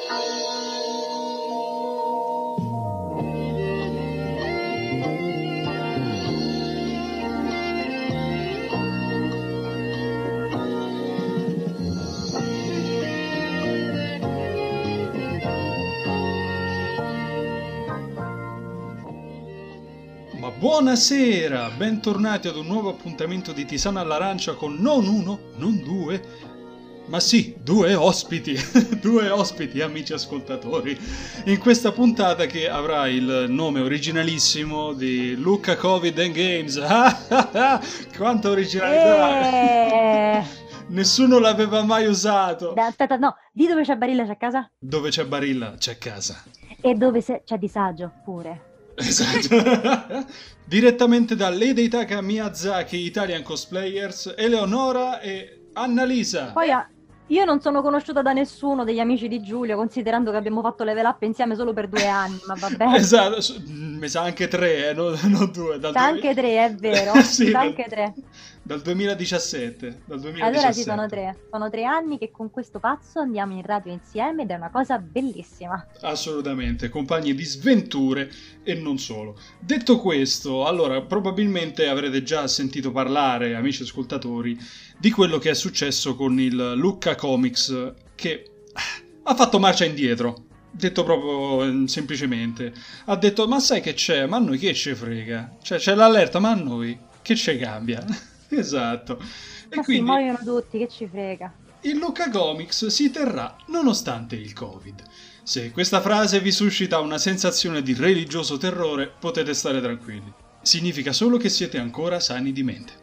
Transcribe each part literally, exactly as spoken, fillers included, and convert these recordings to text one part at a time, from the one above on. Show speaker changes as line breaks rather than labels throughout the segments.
Buonasera, bentornati ad un nuovo appuntamento di Tisana all'Arancia con non uno, non due, ma sì, due ospiti, due ospiti amici ascoltatori, in questa puntata che avrà il nome originalissimo di Luca Covid and Games. Quanta originalità!
Eh...
Nessuno l'aveva mai usato.
Aspetta, no, di dove c'è Barilla c'è casa?
Dove c'è Barilla c'è casa.
E dove c'è disagio pure.
Esatto. Direttamente da Lady Taka Miyazaki Italian Cosplayers, Eleonora e Annalisa.
Poi io non sono conosciuta da nessuno degli amici di Giulio, considerando che abbiamo fatto level up insieme solo per due anni, ma vabbè.
Esatto, mi sa anche tre, eh, non, non due.
Dal anche tre, è vero.
Sì,
dal,
anche tre. Dal duemiladiciassette, dal duemiladiciassette.
Allora sì, sono tre. Sono tre anni che con questo pazzo andiamo in radio insieme ed è una cosa bellissima.
Assolutamente, compagni di sventure e non solo. Detto questo, allora, probabilmente avrete già sentito parlare, amici ascoltatori, di quello che è successo con il Lucca Comics, che ha fatto marcia indietro. Detto proprio semplicemente, ha detto: ma sai che c'è? Ma a noi che ci frega? Cioè c'è l'allerta, ma a noi che ci cambia? Esatto. E
ma
quindi
sì, muoiono tutti, che ci frega?
Il Lucca Comics si terrà nonostante il Covid. Se questa frase vi suscita una sensazione di religioso terrore, potete stare tranquilli. Significa solo che siete ancora sani di mente.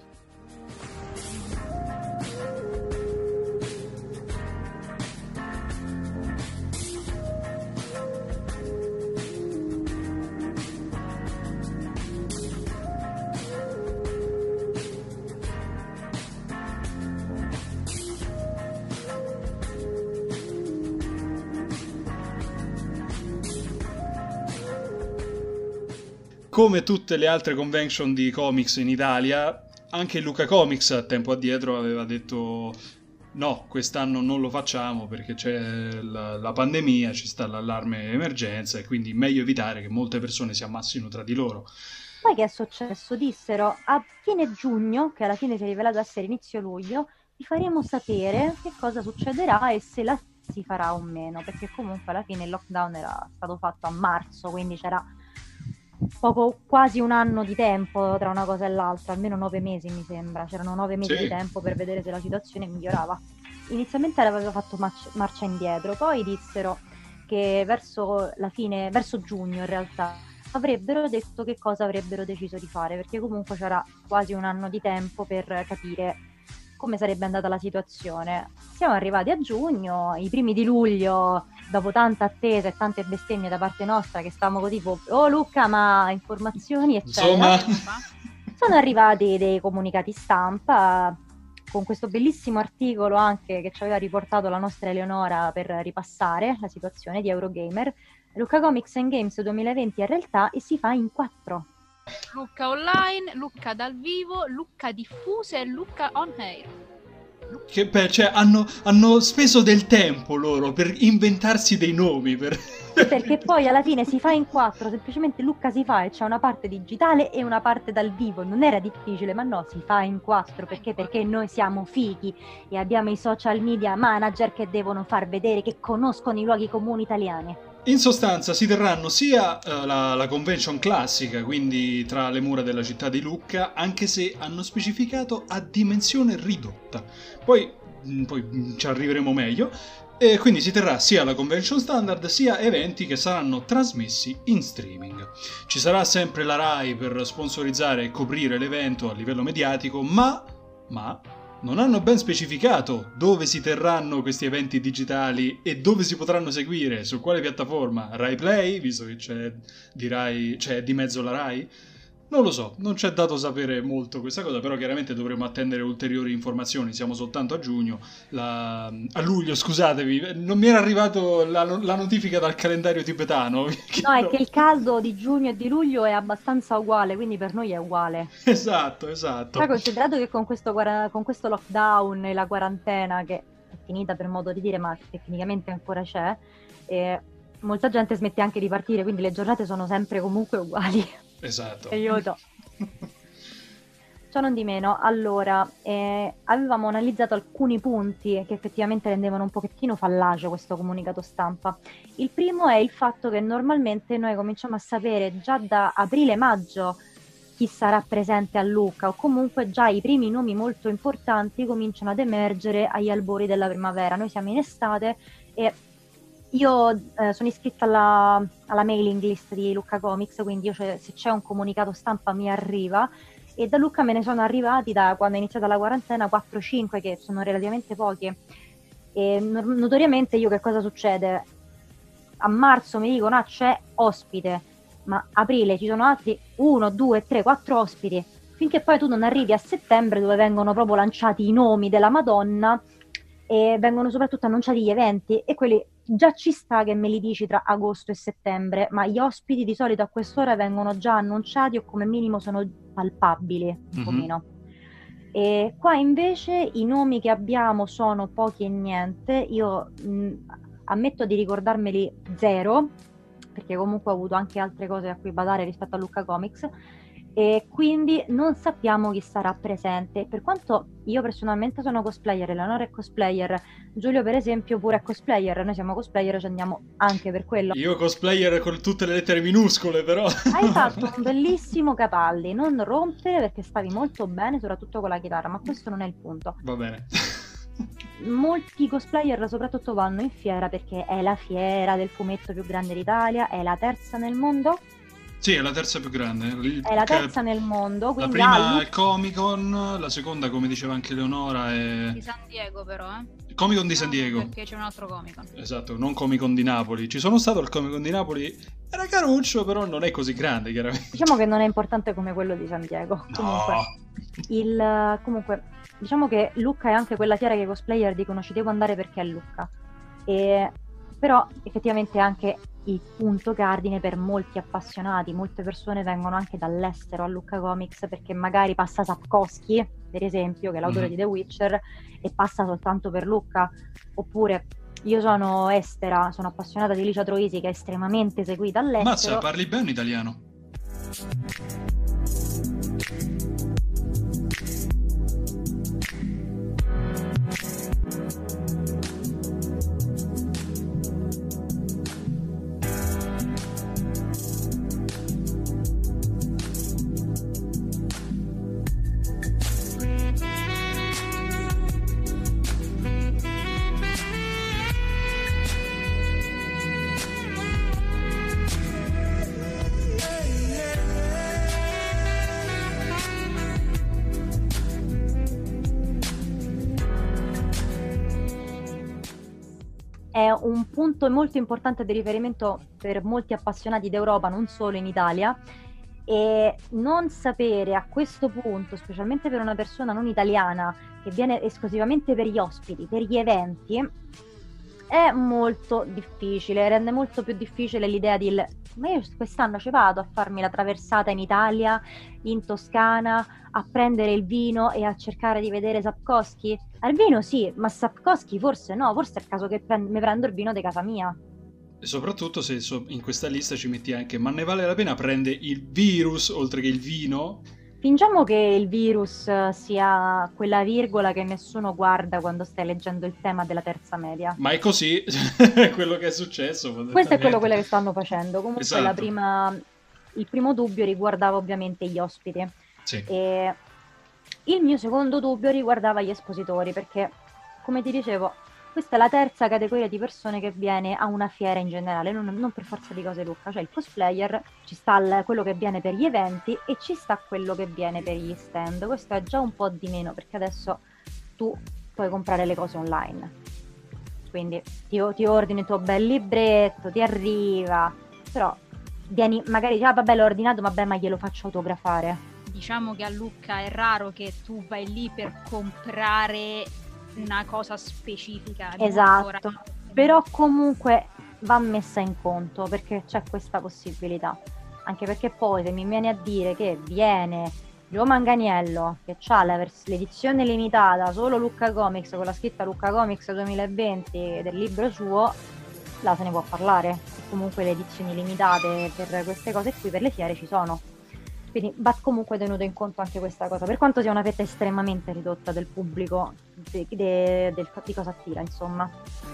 Come tutte le altre convention di comics in Italia, anche il Lucca Comics a tempo addietro aveva detto: no, quest'anno non lo facciamo perché c'è la, la pandemia, ci sta l'allarme emergenza e quindi meglio evitare che molte persone si ammassino tra di loro.
Poi che è successo? Dissero a fine giugno, che alla fine si è rivelato essere inizio luglio, vi faremo sapere che cosa succederà e se la si farà o meno, perché comunque alla fine il lockdown era stato fatto a marzo, quindi c'era poco, quasi un anno di tempo tra una cosa e l'altra, almeno nove mesi mi sembra, c'erano nove mesi
Sì.
di tempo per vedere se la situazione migliorava. Inizialmente aveva fatto marcia, marcia indietro, poi dissero che verso la fine, verso giugno in realtà, avrebbero detto che cosa avrebbero deciso di fare, perché comunque c'era quasi un anno di tempo per capire come sarebbe andata la situazione. Siamo arrivati a giugno, i primi di luglio, dopo tanta attesa e tante bestemmie da parte nostra che stavamo tipo: oh Luca, ma informazioni eccetera.
Insomma,
sono arrivati dei comunicati stampa con questo bellissimo articolo anche che ci aveva riportato la nostra Eleonora per ripassare la situazione di Eurogamer. Lucca Comics and Games duemilaventi è realtà e si fa in quattro.
Lucca online, Lucca dal vivo, Lucca diffuse e Lucca on air.
Che beh, cioè hanno, hanno speso del tempo loro per inventarsi dei nomi per...
Sì, perché poi alla fine si fa in quattro, semplicemente Lucca si fa e c'è una parte digitale e una parte dal vivo, non era difficile, ma no, si fa in quattro, perché? Perché noi siamo fighi e abbiamo i social media manager che devono far vedere che conoscono i luoghi comuni italiani.
In sostanza si terranno sia uh, la, la convention classica, quindi tra le mura della città di Lucca, anche se hanno specificato a dimensione ridotta. Poi, mh, poi mh, ci arriveremo meglio. E quindi si terrà sia la convention standard sia eventi che saranno trasmessi in streaming. Ci sarà sempre la Rai per sponsorizzare e coprire l'evento a livello mediatico, ma... ma... non hanno ben specificato dove si terranno questi eventi digitali e dove si potranno seguire, su quale piattaforma. Rai Play, visto che c'è di, Rai, c'è di mezzo la Rai? Non lo so, non c'è dato sapere molto questa cosa, però chiaramente dovremo attendere ulteriori informazioni, siamo soltanto a giugno, la... a luglio, scusatevi, non mi era arrivato la, la notifica dal calendario tibetano.
No, è che il caldo di giugno e di luglio è abbastanza uguale, quindi per noi è uguale.
Esatto, esatto.
Poi considerato che con questo, con questo lockdown e la quarantena, che finita per modo di dire, ma tecnicamente ancora c'è, e molta gente smette anche di partire, quindi le giornate sono sempre comunque uguali.
Esatto.
Aiuto. Ciò non di meno, allora, eh, avevamo analizzato alcuni punti che effettivamente rendevano un pochettino fallace questo comunicato stampa. Il primo è il fatto che normalmente noi cominciamo a sapere già da aprile-maggio chi sarà presente a Lucca, o comunque già i primi nomi molto importanti cominciano ad emergere agli albori della primavera. Noi siamo in estate e io eh, sono iscritta alla, alla mailing list di Lucca Comics, quindi io, cioè, se c'è un comunicato stampa mi arriva, e da Lucca me ne sono arrivati, da quando è iniziata la quarantena, quattro cinque, che sono relativamente pochi. E no- notoriamente io che cosa succede? A marzo mi dicono ah, c'è ospite, ma aprile ci sono altri uno, due, tre, quattro ospiti, finché poi tu non arrivi a settembre, dove vengono proprio lanciati i nomi della Madonna e vengono soprattutto annunciati gli eventi, e quelli già ci sta che me li dici tra agosto e settembre, ma gli ospiti di solito a quest'ora vengono già annunciati o come minimo sono palpabili un
Mhm.
pochino. E qua invece i nomi che abbiamo sono pochi e niente. Io mh, ammetto di ricordarmeli zero, perché comunque ho avuto anche altre cose a cui badare rispetto a Lucca Comics, e quindi non sappiamo chi sarà presente. Per quanto io personalmente sono cosplayer, Eleonora è cosplayer, Giulio per esempio pure è cosplayer, noi siamo cosplayer, ci andiamo anche per quello.
Io cosplayer con tutte le lettere minuscole, però.
Hai fatto un bellissimo Capaldi, non rompere perché stavi molto bene, soprattutto con la chitarra, ma questo non è il punto.
Va bene.
Molti cosplayer soprattutto vanno in fiera perché è la fiera del fumetto più grande d'Italia, è la terza nel mondo,
Sì, è la terza più grande. Il-
è la
che-
terza nel mondo,
La
quindi
prima
ha
è
Lu-
il Comic Con, la seconda, come diceva anche Leonora, è
Di San Diego però, eh.
Comic Con di San
No,
Diego.
Perché c'è un altro comico.
Esatto, non Comic Con di Napoli. Ci sono stato al Comic Con di Napoli, era caruccio, però non è così grande, chiaramente.
diciamo che non è importante come quello di San Diego. Comunque,
No.
il, comunque, diciamo che Lucca è anche quella fiera che i cosplayer dicono ci devo andare perché è Lucca. E, però effettivamente è anche il punto cardine per molti appassionati. Molte persone vengono anche dall'estero a Lucca Comics perché magari passa Sapkowski, per esempio, che è l'autore
Mhm.
di The Witcher, e passa soltanto per Lucca. Oppure io sono estera, sono appassionata di Licia Troisi, che è estremamente seguita all'estero.
Mazza, parli bene italiano.
È un punto molto importante di riferimento per molti appassionati d'Europa, non solo in Italia, e non sapere a questo punto, specialmente per una persona non italiana che viene esclusivamente per gli ospiti, per gli eventi, è molto difficile, rende molto più difficile l'idea di il- ma io quest'anno ci vado a farmi la traversata in Italia, in Toscana, a prendere il vino e a cercare di vedere Sapkowski. Al vino sì, ma Sapkowski forse no, forse è il caso che prend- mi prendo il vino di casa mia.
E soprattutto se so- in questa lista ci metti anche, ma ne vale la pena prende il virus oltre che il vino?
Fingiamo che il virus eh, sia quella virgola che nessuno guarda quando stai leggendo il tema della terza media.
Ma è così, è quello che è successo.
Questo è quello,
fondamentalmente.
quello che stanno facendo. Comunque
Esatto.
la prima, il primo dubbio riguardava ovviamente gli ospiti.
Sì.
E il mio secondo dubbio riguardava gli espositori, perché, come ti dicevo, questa è la terza categoria di persone che viene a una fiera in generale, non, non per forza di cose Lucca, cioè il cosplayer, ci sta il- quello che viene per gli eventi e ci sta quello che viene per gli stand. Questo è già un po' di meno, perché adesso tu puoi comprare le cose online, quindi ti, ti ordini il tuo bel libretto, ti arriva, però vieni, magari dici, ah vabbè l'ho ordinato, vabbè ma glielo faccio autografare.
Diciamo che a Lucca è raro che tu vai lì per comprare una cosa specifica. è molto
Esatto,
raro.
però comunque va messa in conto perché c'è questa possibilità, anche perché poi se mi vieni a dire che viene Gio Manganiello, che ha l'edizione limitata solo Lucca Comics con la scritta Lucca Comics duemilaventi del libro suo, là se ne può parlare. Comunque le edizioni limitate per queste cose qui per le fiere ci sono. Quindi va comunque tenuto in conto anche questa cosa, per quanto sia una fetta estremamente ridotta del pubblico de, de, del, di cosa attira, insomma.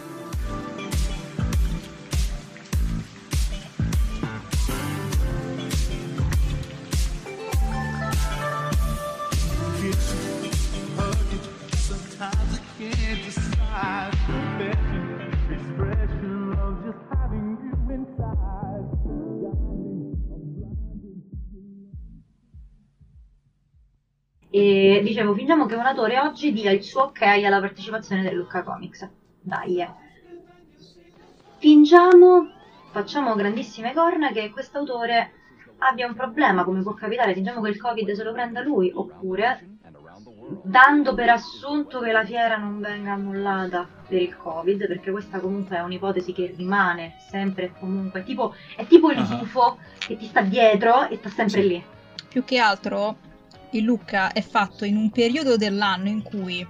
E dicevo, fingiamo che un autore oggi dia il suo ok alla partecipazione del Lucca Comics. Dai, eh. Fingiamo, facciamo grandissime corna che quest'autore abbia un problema, come può capitare, fingiamo che il Covid se lo prenda lui, oppure dando per assunto che la fiera non venga annullata per il Covid, perché questa comunque è un'ipotesi che rimane sempre e comunque, tipo, è tipo il
uh-huh.
gufo che ti sta dietro e sta sempre sì. lì.
Più che altro il Lucca è fatto in un periodo dell'anno in cui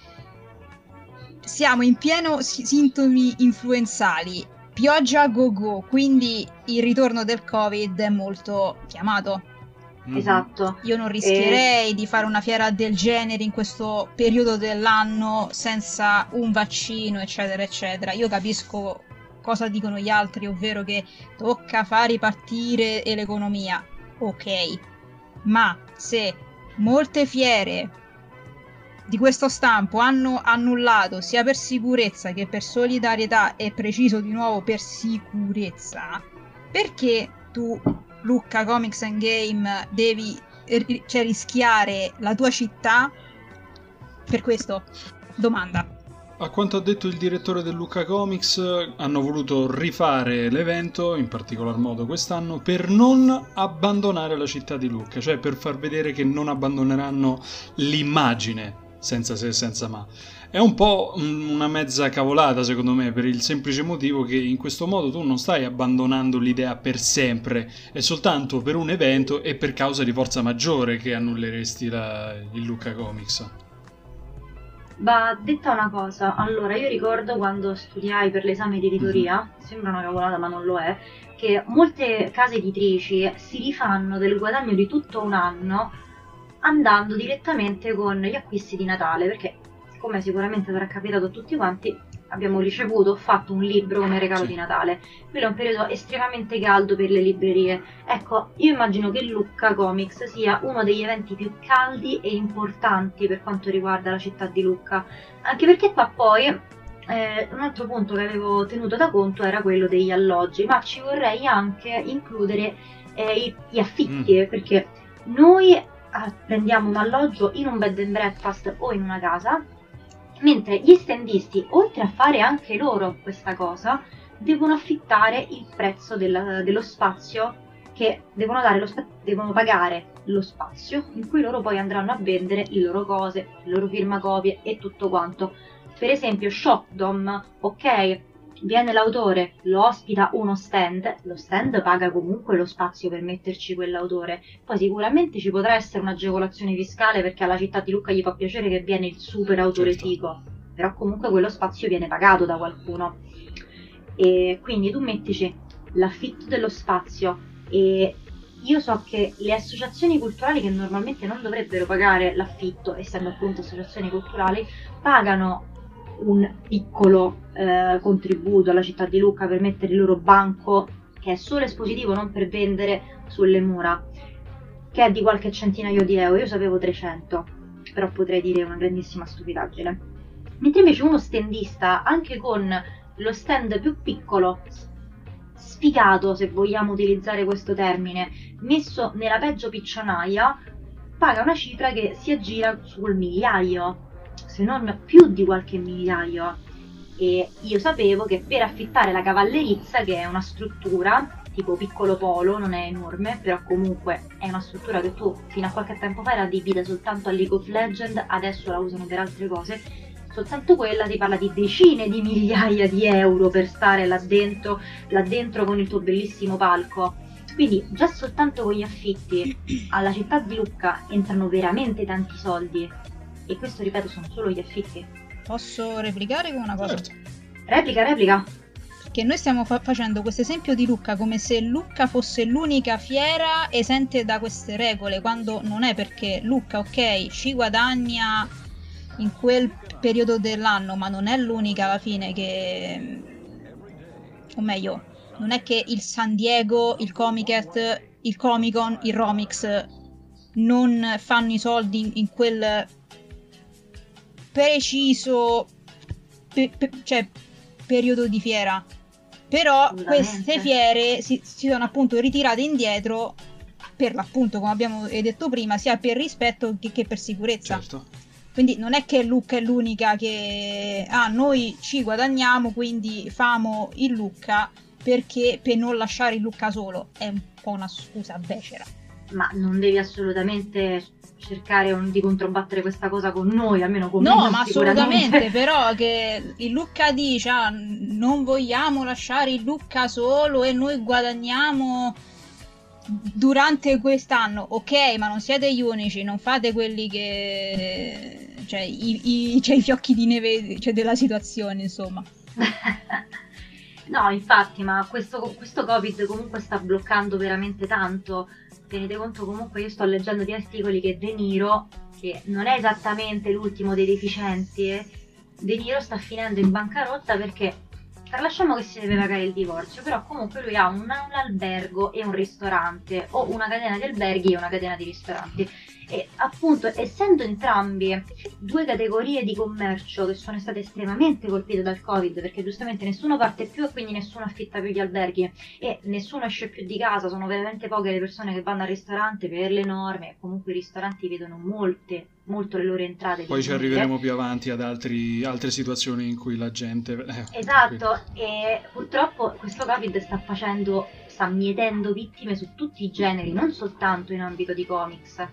siamo in pieno sintomi influenzali, pioggia a go-go, quindi il ritorno del Covid è molto chiamato.
Mm-hmm. Esatto.
Io non rischierei e... di fare una fiera del genere in questo periodo dell'anno senza un vaccino, eccetera, eccetera. Io capisco cosa dicono gli altri, ovvero che tocca far ripartire l'economia. Ok, ma se molte fiere di questo stampo hanno annullato sia per sicurezza che per solidarietà, e preciso di nuovo per sicurezza, perché tu, Lucca Comics and Game, devi cioè, rischiare la tua città per questo? Domanda.
A quanto ha detto il direttore del Lucca Comics, hanno voluto rifare l'evento, in particolar modo quest'anno, per non abbandonare la città di Lucca, cioè per far vedere che non abbandoneranno l'immagine, senza se e senza ma. È un po' una mezza cavolata secondo me, per il semplice motivo che in questo modo tu non stai abbandonando l'idea per sempre, è soltanto per un evento e per causa di forza maggiore che annulleresti la, il Lucca Comics.
Va detta una cosa, allora io ricordo quando studiai per l'esame di editoria, mm-hmm. sembra una cavolata ma non lo è, che molte case editrici si rifanno del guadagno di tutto un anno andando direttamente con gli acquisti di Natale, perché come sicuramente sarà capitato a tutti quanti, abbiamo ricevuto o fatto un libro come regalo sì. di Natale. Quello è un periodo estremamente caldo per le librerie. Ecco, io immagino che Lucca Comics sia uno degli eventi più caldi e importanti per quanto riguarda la città di Lucca, anche perché qua poi eh, un altro punto che avevo tenuto da conto era quello degli alloggi, ma ci vorrei anche includere eh, gli affitti, mm. perché noi prendiamo un alloggio in un bed and breakfast o in una casa, mentre gli stendisti, oltre a fare anche loro questa cosa, devono affittare il prezzo del, dello spazio, che devono, dare lo spa- devono pagare lo spazio in cui loro poi andranno a vendere le loro cose, le loro firmacopie e tutto quanto. Per esempio Shopdom, ok, viene l'autore, lo ospita uno stand, lo stand paga comunque lo spazio per metterci quell'autore, poi sicuramente ci potrà essere un'agevolazione fiscale perché alla città di Lucca gli fa piacere che viene il super autore certo. figo, però comunque quello spazio viene pagato da qualcuno, e quindi tu mettici l'affitto dello spazio, e io so che le associazioni culturali che normalmente non dovrebbero pagare l'affitto, essendo appunto associazioni culturali, pagano un piccolo eh, contributo alla città di Lucca per mettere il loro banco, che è solo espositivo, non per vendere, sulle mura, che è di qualche centinaio di euro. Io sapevo trecento, però potrei dire una grandissima stupidaggine. Mentre invece uno standista, anche con lo stand più piccolo, sfigato se vogliamo utilizzare questo termine, messo nella peggio piccionaia, paga una cifra che si aggira sul migliaio, se non più di qualche migliaio. E io sapevo che per affittare la cavallerizza, che è una struttura tipo piccolo polo, non è enorme, però comunque è una struttura che tu fino a qualche tempo fa era adibita soltanto a League of Legends, adesso la usano per altre cose, soltanto quella si parla di decine di migliaia di euro per stare là dentro, là dentro con il tuo bellissimo palco. Quindi già soltanto con gli affitti alla città di Lucca entrano veramente tanti soldi, e questo, ripeto, sono solo gli affitti.
Posso replicare con una cosa?
Certo.
Replica, replica.
Che noi stiamo fa- facendo questo esempio di Lucca come se Lucca fosse l'unica fiera esente da queste regole, quando non è, perché Lucca, ok, ci guadagna in quel periodo dell'anno, ma non è l'unica alla fine che... o meglio, non è che il San Diego, il Comiket, il Comic Con, il Romix non fanno i soldi in, in quel preciso pe- pe- cioè, periodo di fiera. Però queste fiere si, si sono appunto ritirate indietro per l'appunto, come abbiamo detto prima, sia per rispetto che, che per sicurezza.
Certo.
Quindi non è che Lucca è l'unica che ah, noi ci guadagniamo, quindi famo il Lucca, perché per non lasciare il Lucca solo. È un po' una scusa becera.
Ma non devi assolutamente cercare un, di controbattere questa cosa con noi, almeno con me.
No, ma assolutamente, però che il Lucca dice ah, non vogliamo lasciare il Lucca solo e noi guadagniamo durante quest'anno. Ok, ma non siete gli unici, non fate quelli che... cioè i, i, cioè, i fiocchi di neve, cioè, della situazione, insomma.
No, infatti, ma questo, questo Covid comunque sta bloccando veramente tanto. Tenete conto, comunque io sto leggendo di articoli che De Niro, che non è esattamente l'ultimo dei deficienti, eh, De Niro sta finendo in bancarotta perché, tralasciamo che si deve pagare il divorzio, però comunque lui ha un, un albergo e un ristorante, o una catena di alberghi e una catena di ristoranti. E appunto, essendo entrambi due categorie di commercio che sono state estremamente colpite dal Covid, perché giustamente nessuno parte più e quindi nessuno affitta più gli alberghi e nessuno esce più di casa, sono veramente poche le persone che vanno al ristorante per le norme, e comunque i ristoranti vedono molte, molto le loro entrate.
Poi ci arriveremo più avanti ad altri, altre situazioni in cui la gente... Eh,
esatto, e purtroppo questo Covid sta facendo, sta mietendo vittime su tutti i generi, non soltanto in ambito di comics.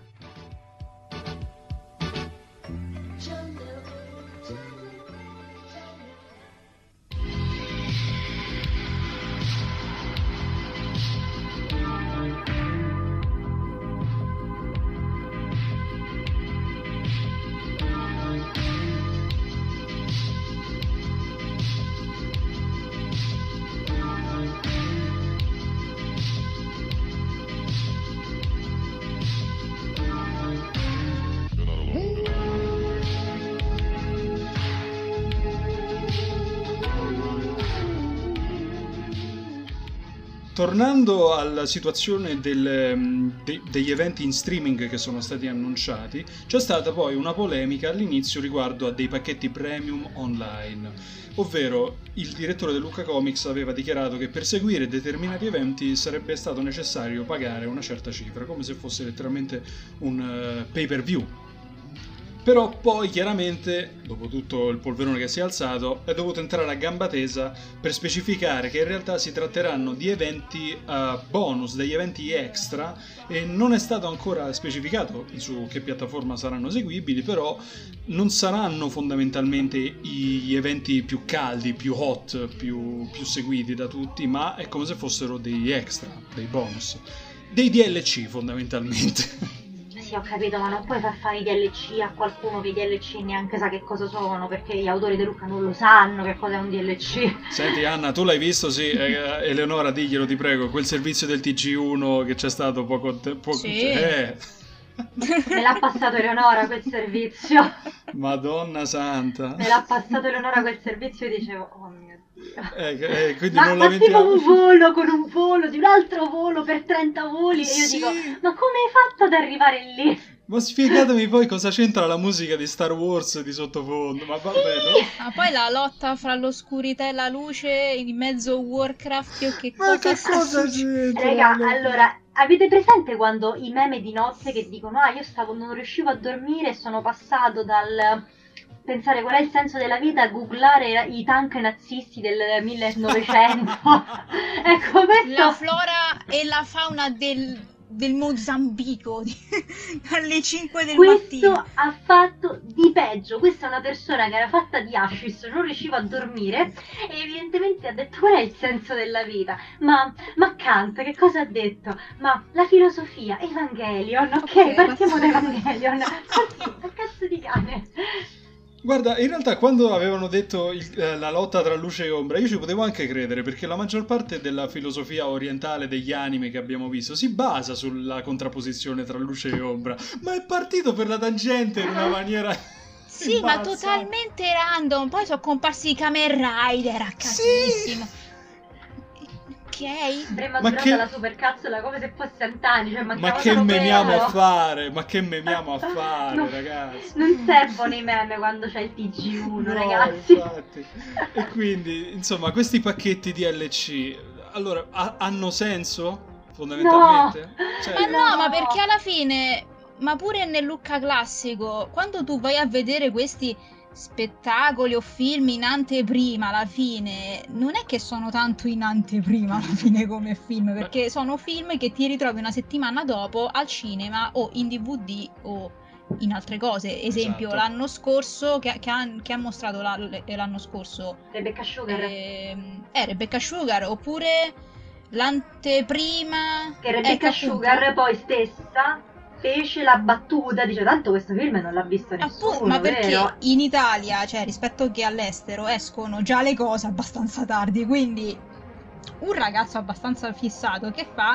Tornando alla situazione del, de, degli eventi in streaming che sono stati annunciati, c'è stata poi una polemica all'inizio riguardo a dei pacchetti premium online, ovvero il direttore del Lucca Comics aveva dichiarato che per seguire determinati eventi sarebbe stato necessario pagare una certa cifra, come se fosse letteralmente un uh, pay per view. Però poi chiaramente, dopo tutto il polverone che si è alzato, è dovuto entrare a gamba tesa per specificare che in realtà si tratteranno di eventi uh, bonus, degli eventi extra, e non è stato ancora specificato su che piattaforma saranno eseguibili, però non saranno fondamentalmente gli eventi più caldi, più hot, più, più seguiti da tutti, ma è come se fossero degli extra, dei bonus, dei D L C fondamentalmente.
Sì, ho capito, ma non puoi far fare i D L C a qualcuno che i D L C neanche sa che cosa sono, perché gli autori di Lucca non lo sanno che cosa è un D L C.
Senti Anna, tu l'hai visto? Sì, eh, Eleonora, diglielo, ti prego, quel servizio del T G uno che c'è stato poco tempo.
Sì.
Eh.
Me l'ha passato Eleonora quel servizio.
Madonna santa.
Me l'ha passato Eleonora quel servizio e dicevo, oh mio Dio.
Eh, eh, quindi
ma,
non
ma tipo
lamentiamo.
un volo con un volo di un altro volo per trenta voli,
Sì.
e io dico, ma come hai fatto ad arrivare lì?
Ma spiegatemi poi cosa c'entra la musica di Star Wars di sottofondo. Ma vabbè, no?
Ma poi la lotta fra l'oscurità e la luce in mezzo a Warcraft, io che
Ma
cosa
che
sta
cosa
succedendo?
c'entra?
Raga, allora, avete presente quando i meme di notte che dicono ah, io stavo, non riuscivo a dormire e sono passato dal pensare qual è il senso della vita a googlare i tank nazisti del millenovecento? Ecco, questo...
La flora e la fauna del, del Mozambico di- alle cinque del
Questo
mattino.
ha fatto di peggio. Questa è una persona che era fatta di hashish, non riusciva a dormire e evidentemente ha detto qual è il senso della vita. Ma, ma Kant che cosa ha detto? Ma la filosofia, Evangelion, ok,
Ok,
partiamo da
ma-
Evangelion. Così, a cazzo di cane.
Guarda, in realtà quando avevano detto il- eh, la lotta tra luce e ombra, io ci potevo anche credere, perché la maggior parte della filosofia orientale degli anime che abbiamo visto si basa sulla contrapposizione tra luce e ombra, ma è partito per la tangente in una maniera
Sì, ma
imbarazzante.
totalmente random. Poi sono comparsi i Kamen Rider a casissimo. Ok.
Avremmo
Ma
durato
che-
la supercazzola come se fosse antani, cioè
Ma
mancava
che
solo
memiamo
quello.
a fare? Ma che memiamo a fare,
Non-
ragazzi?
Non servono i meme quando c'è il T G uno,
No,
ragazzi.
infatti. E quindi, insomma, questi pacchetti D L C, allora, ha- hanno senso? Fondamentalmente?
No!
Cioè,
Ma no, ma
No.
perché alla fine, ma pure nel Lucca classico, quando tu vai a vedere questi spettacoli o film in anteprima, alla fine, non è che sono tanto in anteprima alla fine come film, perché sono film che ti ritrovi una settimana dopo al cinema o in D V D o in altre cose. Esempio,
Esatto.
l'anno scorso, che, che ha, che ha mostrato la- l'anno scorso
Rebecca Sugar.
ehm, è Rebecca Sugar, oppure l'anteprima
Che Rebecca
ecco, appunto.
Sugar poi stessa fece la battuta, dice tanto questo film non l'ha visto nessuno,
Appunto, ma perché
vero?
in Italia, cioè rispetto che all'estero, escono già le cose abbastanza tardi, quindi un ragazzo abbastanza fissato che fa?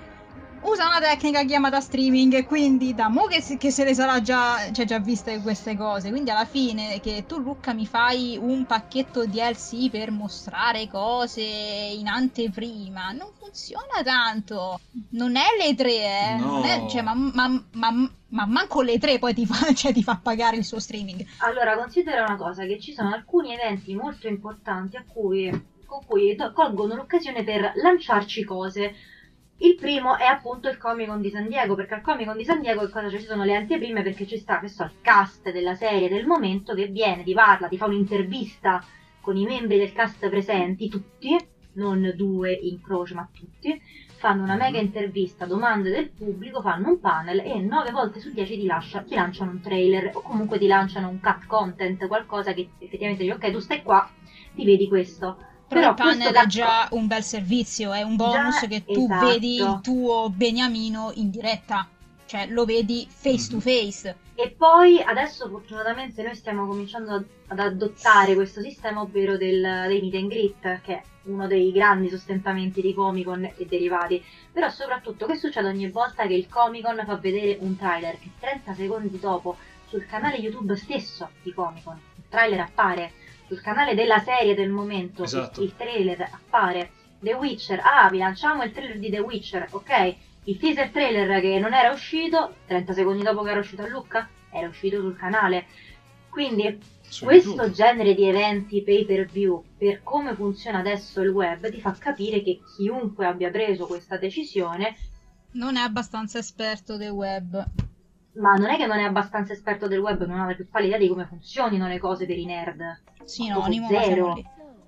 Usa una tecnica chiamata streaming e quindi da mo che, si- che se le sarà già, cioè, già viste queste cose, quindi alla fine che tu Luca mi fai un pacchetto D L C per mostrare cose in anteprima, non funziona tanto, non è le tre, eh, non è-
No.
cioè, ma, ma- ma- ma manco le tre poi ti fa, cioè, ti fa pagare il suo streaming.
Allora, considera una cosa, che ci sono alcuni eventi molto importanti a cui, con cui to- colgono l'occasione per lanciarci cose. Il primo è appunto il Comic Con di San Diego, perché al Comic Con di San Diego che cosa ci sono le anteprime, perché ci sta, che so, il cast della serie del momento che viene, ti parla, ti fa un'intervista con i membri del cast presenti, tutti, non due in croce, ma tutti, fanno una mega intervista, domande del pubblico, fanno un panel e nove volte su dieci ti, lascia, ti lanciano un trailer o comunque ti lanciano un cut content, qualcosa che effettivamente dici ok, tu stai qua, ti vedi questo.
Però, il
questo
panel è
cut-
già un bel servizio, è un bonus
Già,
che tu
esatto.
vedi il tuo Beniamino in diretta, cioè lo vedi face to face.
E poi adesso fortunatamente noi stiamo cominciando ad, ad adottare questo sistema, ovvero del, dei meet and greet, che è uno dei grandi sostentamenti di Comic Con e derivati. Però soprattutto che succede ogni volta che il Comic Con fa vedere un trailer, che trenta secondi dopo sul canale YouTube stesso di Comic Con il trailer appare, sul canale della serie del momento
Esatto.
il trailer appare. The Witcher, ah vi lanciamo il trailer di The Witcher, ok? Il teaser trailer che non era uscito, trenta secondi dopo che era uscito a Lucca, era uscito sul canale. Quindi
Su
questo
YouTube.
genere di eventi pay per view, per come funziona adesso il web, ti fa capire che chiunque abbia preso questa decisione,
Non è abbastanza esperto del web.
ma non è che non è abbastanza esperto del web, non ha la più pallida idea di come funzionino le cose per i nerd.
Sinonimo,
Proprio
ma siamo
zero.
lì.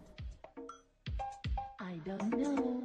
I don't know.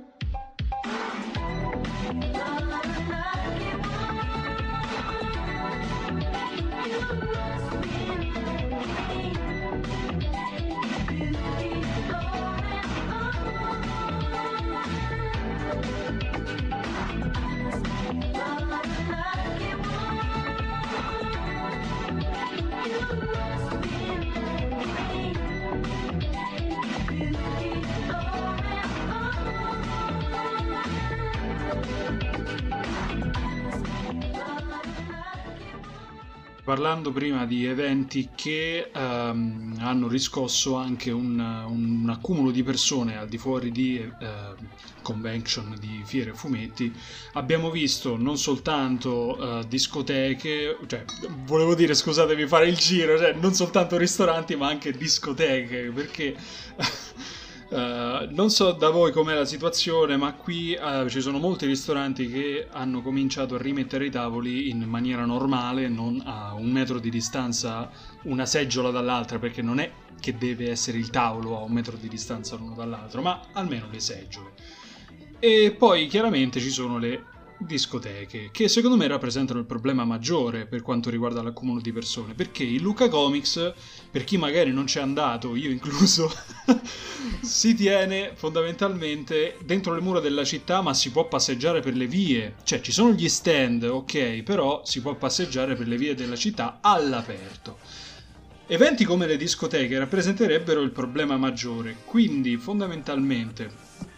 Parlando prima di eventi che ehm, hanno riscosso anche un, un- un accumulo di persone al di fuori di eh, convention, di fiere e fumetti, abbiamo visto non soltanto eh, discoteche, cioè volevo dire scusatemi fare il giro, cioè non soltanto ristoranti ma anche discoteche, perché eh, non so da voi com'è la situazione, ma qui eh, ci sono molti ristoranti che hanno cominciato a rimettere i tavoli in maniera normale, non a un metro di distanza una seggiola dall'altra, perché non è che deve essere il tavolo a un metro di distanza l'uno dall'altro, ma almeno le seggiole. E poi chiaramente ci sono le discoteche, che secondo me rappresentano il problema maggiore per quanto riguarda l'accumulo di persone, perché il Lucca Comics, per chi magari non c'è andato, io incluso, si tiene fondamentalmente dentro le mura della città, ma si può passeggiare per le vie, cioè ci sono gli stand, ok, però si può passeggiare per le vie della città all'aperto. Eventi come le discoteche rappresenterebbero il problema maggiore, quindi fondamentalmente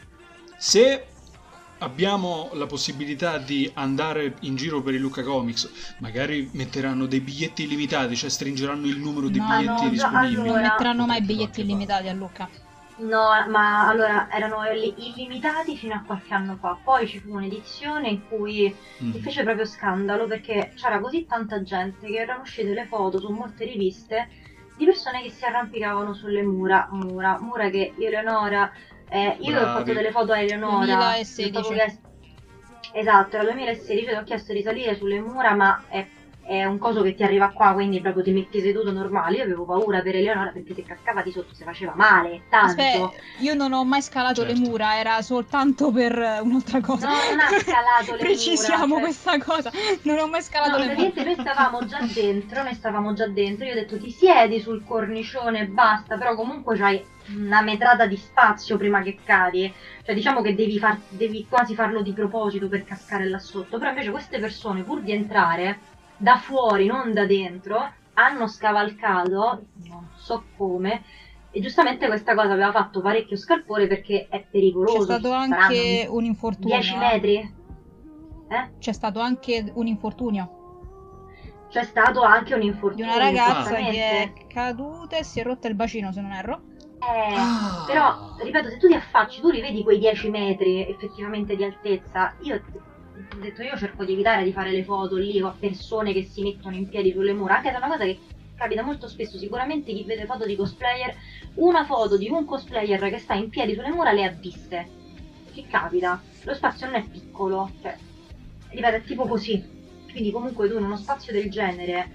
se abbiamo la possibilità di andare in giro per i Lucca Comics, magari metteranno dei biglietti illimitati, cioè stringeranno il numero di
No,
biglietti
no, già,
disponibili.
allora-
Non metteranno mai
Potrebbe
biglietti
anche
illimitati a Lucca.
No, ma allora erano illi- illimitati fino a qualche anno fa, poi ci fu un'edizione in cui
Mm.
si fece proprio scandalo perché c'era così tanta gente che erano uscite le foto su molte riviste di persone che si arrampicavano sulle mura, mura, mura che Eleonora, eh, io ho
Bravi.
fatto delle foto a Eleonora,
duemilasedici.
gli avevo chiesto- esatto, era duemilasedici, le ho chiesto di salire sulle mura, ma è, è un coso che ti arriva qua, quindi proprio ti metti seduto normale. Io avevo paura per Eleonora perché se cascava di sotto si faceva male, tanto.
Aspetta, io non ho mai scalato
Certo.
le mura, era soltanto per eh, un'altra cosa.
No, non ha scalato le
Precisiamo
mura, cioè-
questa cosa, non ho mai scalato
No,
le mura.
praticamente noi stavamo già dentro, noi stavamo già dentro, io ho detto ti siedi sul cornicione e basta, però comunque c'hai una metrata di spazio prima che cadi, cioè diciamo che devi, far, devi quasi farlo di proposito per cascare là sotto, però invece queste persone pur di entrare da fuori, non da dentro, hanno scavalcato, non so come, e giustamente questa cosa aveva fatto parecchio scalpore perché è pericoloso.
C'è stato
ci
anche
saranno
un infortunio.
dieci
eh.
metri? Eh?
C'è stato anche un infortunio
C'è stato anche un
di
infortunio.
una ragazza
esattamente.
che è caduta e si è rotta il bacino, se non erro.
Eh,
Ah.
però, ripeto, se tu ti affacci, tu rivedi quei dieci metri effettivamente di altezza, io ho detto, io cerco di evitare di fare le foto lì con persone che si mettono in piedi sulle mura, anche se è una cosa che capita molto spesso, sicuramente chi vede foto di cosplayer, una foto di un cosplayer che sta in piedi sulle mura le ha viste. Che capita? Lo spazio non è piccolo, cioè, ripeto, è tipo così. Quindi comunque tu in uno spazio del genere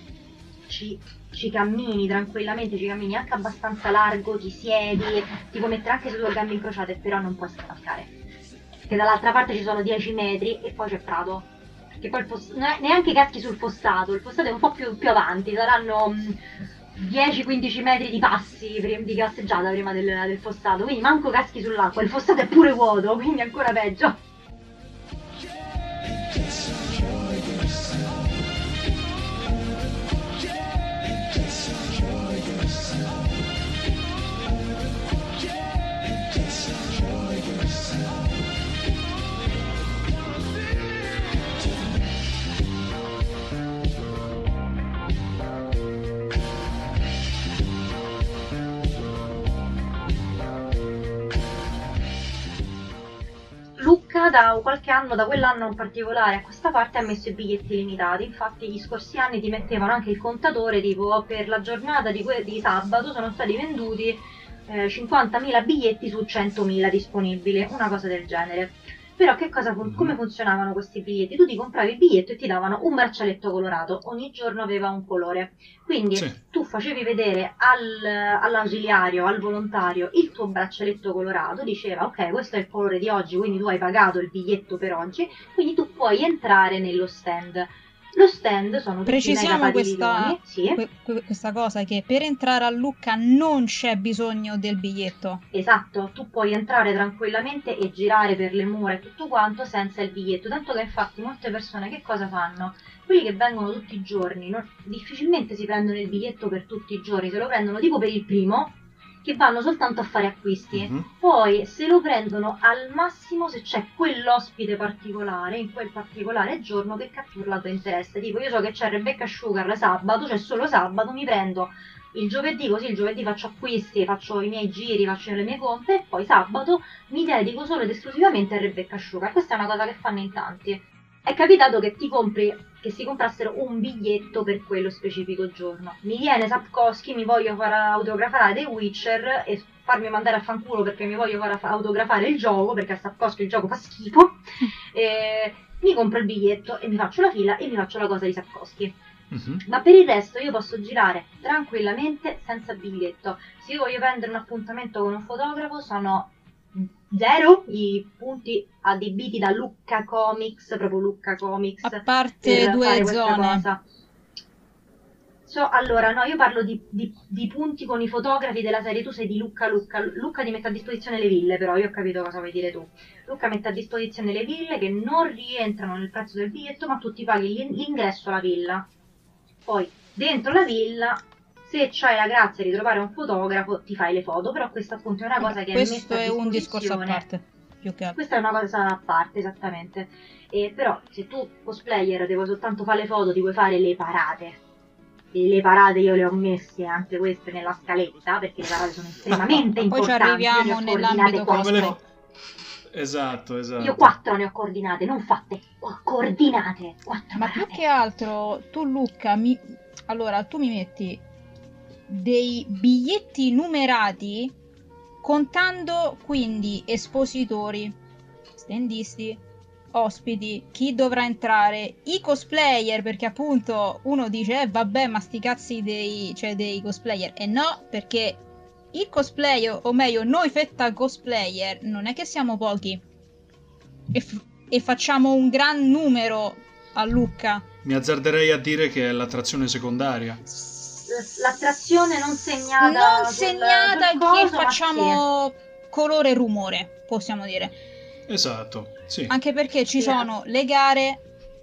ci, ci cammini tranquillamente, ci cammini anche abbastanza largo, ti siedi, ti puoi mettere anche su due gambe incrociate, però non puoi scavalcare. Perché dall'altra parte ci sono dieci metri e poi c'è Prato. Che poi il fos- neanche caschi sul fossato, il fossato è un po' più, più avanti, saranno dieci quindici metri di passi prim- di passeggiata prima del, del fossato, quindi manco caschi sull'acqua, il fossato è pure vuoto, quindi ancora peggio. Lucca da qualche anno, da quell'anno in particolare a questa parte, ha messo i biglietti limitati. Infatti gli scorsi anni ti mettevano anche il contatore, tipo per la giornata di, que- di sabato sono stati venduti eh, cinquantamila biglietti su centomila disponibili, una cosa del genere. Però che cosa fun- come funzionavano questi biglietti? Tu ti compravi il biglietto e ti davano un braccialetto colorato, ogni giorno aveva un colore. Quindi
Sì.
tu facevi vedere al, all'ausiliario, al volontario, il tuo braccialetto colorato, diceva ok, questo è il colore di oggi, quindi tu hai pagato il biglietto per oggi, quindi tu puoi entrare nello stand. Lo stand sono tutti
Precisiamo
mega
questa,
padiglioni, sì,
que- que- questa cosa, che per entrare a Lucca non c'è bisogno del biglietto.
esatto, tu puoi entrare tranquillamente e girare per le mura e tutto quanto senza il biglietto, tanto che infatti molte persone che cosa fanno? Quelli che vengono tutti i giorni non- difficilmente si prendono il biglietto per tutti i giorni, se lo prendono tipo per il primo, che vanno soltanto a fare acquisti.
Mhm.
Poi se lo prendono al massimo se c'è quell'ospite particolare in quel particolare giorno che cattura il tuo interesse. Tipo io so che c'è Rebecca Sugar sabato, c'è solo sabato, mi prendo il giovedì, così il giovedì faccio acquisti, faccio i miei giri, faccio le mie compere e poi sabato mi dedico solo ed esclusivamente a Rebecca Sugar. Questa è una cosa che fanno in tanti. È capitato che ti compri, che si comprassero un biglietto per quello specifico giorno. Mi viene Sapkowski, mi voglio far autografare The Witcher e farmi mandare a fanculo perché mi voglio far autografare il gioco, perché a Sapkowski il gioco fa schifo. E mi compro il biglietto e mi faccio la fila e mi faccio la cosa di Sapkowski.
Mhm.
Ma per il resto io posso girare tranquillamente senza biglietto. Se io voglio prendere un appuntamento con un fotografo sono zero i punti adibiti da Lucca Comics, proprio Lucca Comics,
a parte
per
due
fare questa
zone.
cosa. So, allora, no, io parlo di, di, di punti con i fotografi della serie. Tu sei di Lucca Lucca. Lucca ti mette a disposizione le ville, però io ho capito cosa vuoi dire tu. Lucca mette a disposizione le ville che non rientrano nel prezzo del biglietto, ma tu ti paghi l'in- l'ingresso alla villa. Poi, dentro la villa, se c'hai la grazia di trovare un fotografo, ti fai le foto, però questa appunto è una cosa che è messa a
Questo è un discorso a
disposizione.
parte, più che altro.
Questa è una cosa a parte, esattamente. E però, se tu, cosplayer, devo soltanto fare le foto, ti vuoi fare le parate. E le parate io le ho messe anche queste nella scaletta, perché le parate sono estremamente
Poi ci
importanti.
arriviamo
Io ne ho
nell'ambito
coordinate
Come le
quattro.
fa- Esatto, esatto.
Io quattro ne ho coordinate, non fatte, ho coordinate. Quattro
Ma
parate.
più che altro, tu Luca, mi... allora tu mi metti dei biglietti numerati contando quindi espositori, standisti, ospiti, chi dovrà entrare, i cosplayer, perché appunto uno dice eh vabbè ma sti cazzi dei, cioè dei cosplayer, e no, perché il cosplayer, o meglio noi fetta cosplayer, non è che siamo pochi e, f- e facciamo un gran numero a Lucca.
Mi azzarderei a dire che è l'attrazione secondaria.
L'attrazione non segnata
non
sul-
segnata
sul
che
coso, ma
facciamo colore e rumore, possiamo dire.
Esatto, sì.
Anche perché ci
Sì.
sono le gare,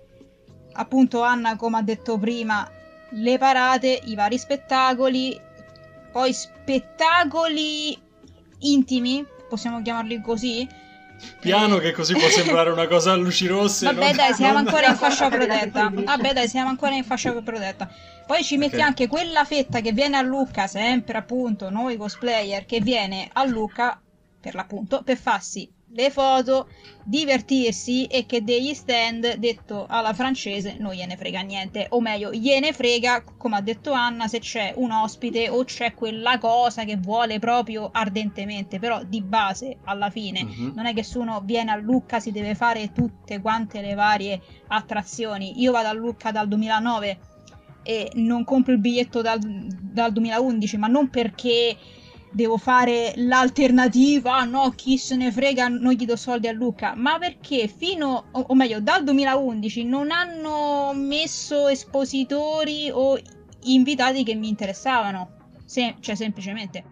appunto Anna come ha detto prima, le parate, i vari spettacoli, poi spettacoli intimi, possiamo chiamarli così.
Piano
Eh,
che così può sembrare una cosa a luci rosse.
Vabbè
non-
dai, siamo
non-
ancora in
non-
fascia
non-
protetta.
non-
Vabbè dai, siamo ancora in fascia protetta. Poi ci metti
Ok.
anche quella fetta che viene a Lucca, sempre appunto noi cosplayer, che viene a Lucca per l'appunto per farsi le foto, divertirsi, e che degli stand, detto alla francese, non gliene frega niente, o meglio gliene frega, come ha detto Anna, se c'è un ospite o c'è quella cosa che vuole proprio ardentemente, però di base alla fine
Mhm.
non è che se uno viene a Lucca si deve fare tutte quante le varie attrazioni. Io vado a Lucca dal duemilanove e non compro il biglietto dal, dal duemilaundici, ma non perché devo fare l'alternativa, ah no, chi se ne frega, non gli do soldi a Lucca, ma perché fino, o, o meglio, dal duemilaundici non hanno messo espositori o invitati che mi interessavano, Se- cioè semplicemente.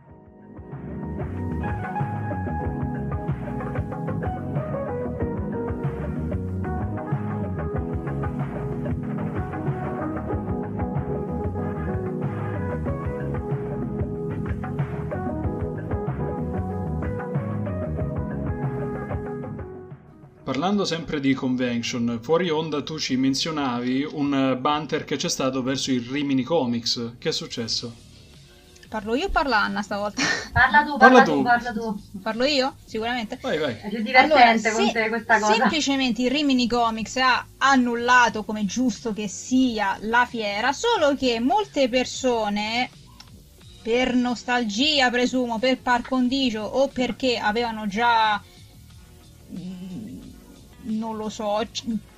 Parlando sempre di convention, fuori onda tu ci menzionavi un eh, banter che c'è stato verso il Rimini Comics. Che è successo?
Parlo io o parla Anna stavolta?
Parla tu,
Parla
parla,
tu.
tu, parla tu.
Parlo io? Sicuramente.
Vai, vai.
È più divertente
Allora,
con
se-
te questa cosa.
Semplicemente il Rimini Comics ha annullato, come giusto che sia, la fiera, solo che molte persone, per nostalgia presumo, per par condicio o perché avevano già, mm, non lo so, c-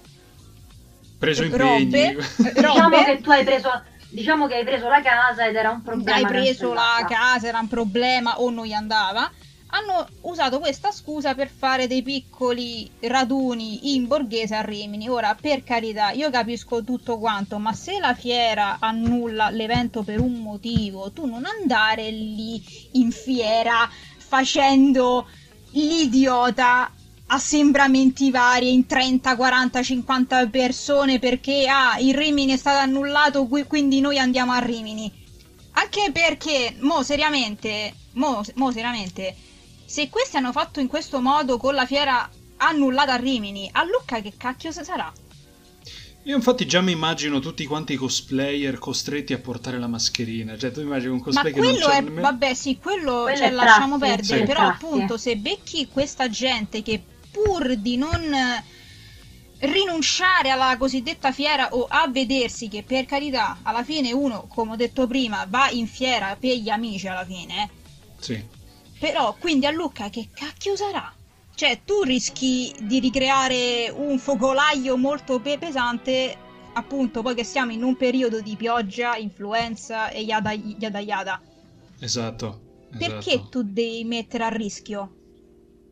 Preso impegni.
robe,
Diciamo
robe,
che tu hai preso, diciamo che hai preso la casa ed era un problema.
hai preso la
cancellata.
casa, era un problema o non gli andava, hanno usato questa scusa per fare dei piccoli raduni in borghese a Rimini. Ora, per carità, io capisco tutto quanto, ma se la fiera annulla l'evento per un motivo, tu non andare lì in fiera facendo l'idiota, assembramenti vari in trenta, quaranta, cinquanta persone perché ah, il Rimini è stato annullato, qui- quindi noi andiamo a Rimini. Anche perché, mo seriamente, mo, mo seriamente, se questi hanno fatto in questo modo con la fiera annullata a Rimini, a Lucca che cacchio se sarà?
Io infatti già mi immagino tutti quanti i cosplayer costretti a portare la mascherina. Cioè tu immagini un
Ma
cosplay che non
quello
c'è
è,
nemmeno...
vabbè sì, quello,
Quello
cioè,
è
lasciamo
prassi,
perdere,
sì.
però
prassi.
appunto se becchi questa gente che pur di non eh, rinunciare alla cosiddetta fiera o a vedersi, che per carità alla fine uno, come ho detto prima, va in fiera per gli amici alla fine, eh,
Sì.
però quindi a Lucca che cacchio sarà? Cioè tu rischi di ricreare un focolaio molto pe- pesante, appunto poi che siamo in un periodo di pioggia, influenza e yada yada yada.
Esatto.
Perché
esatto.
tu devi mettere a rischio?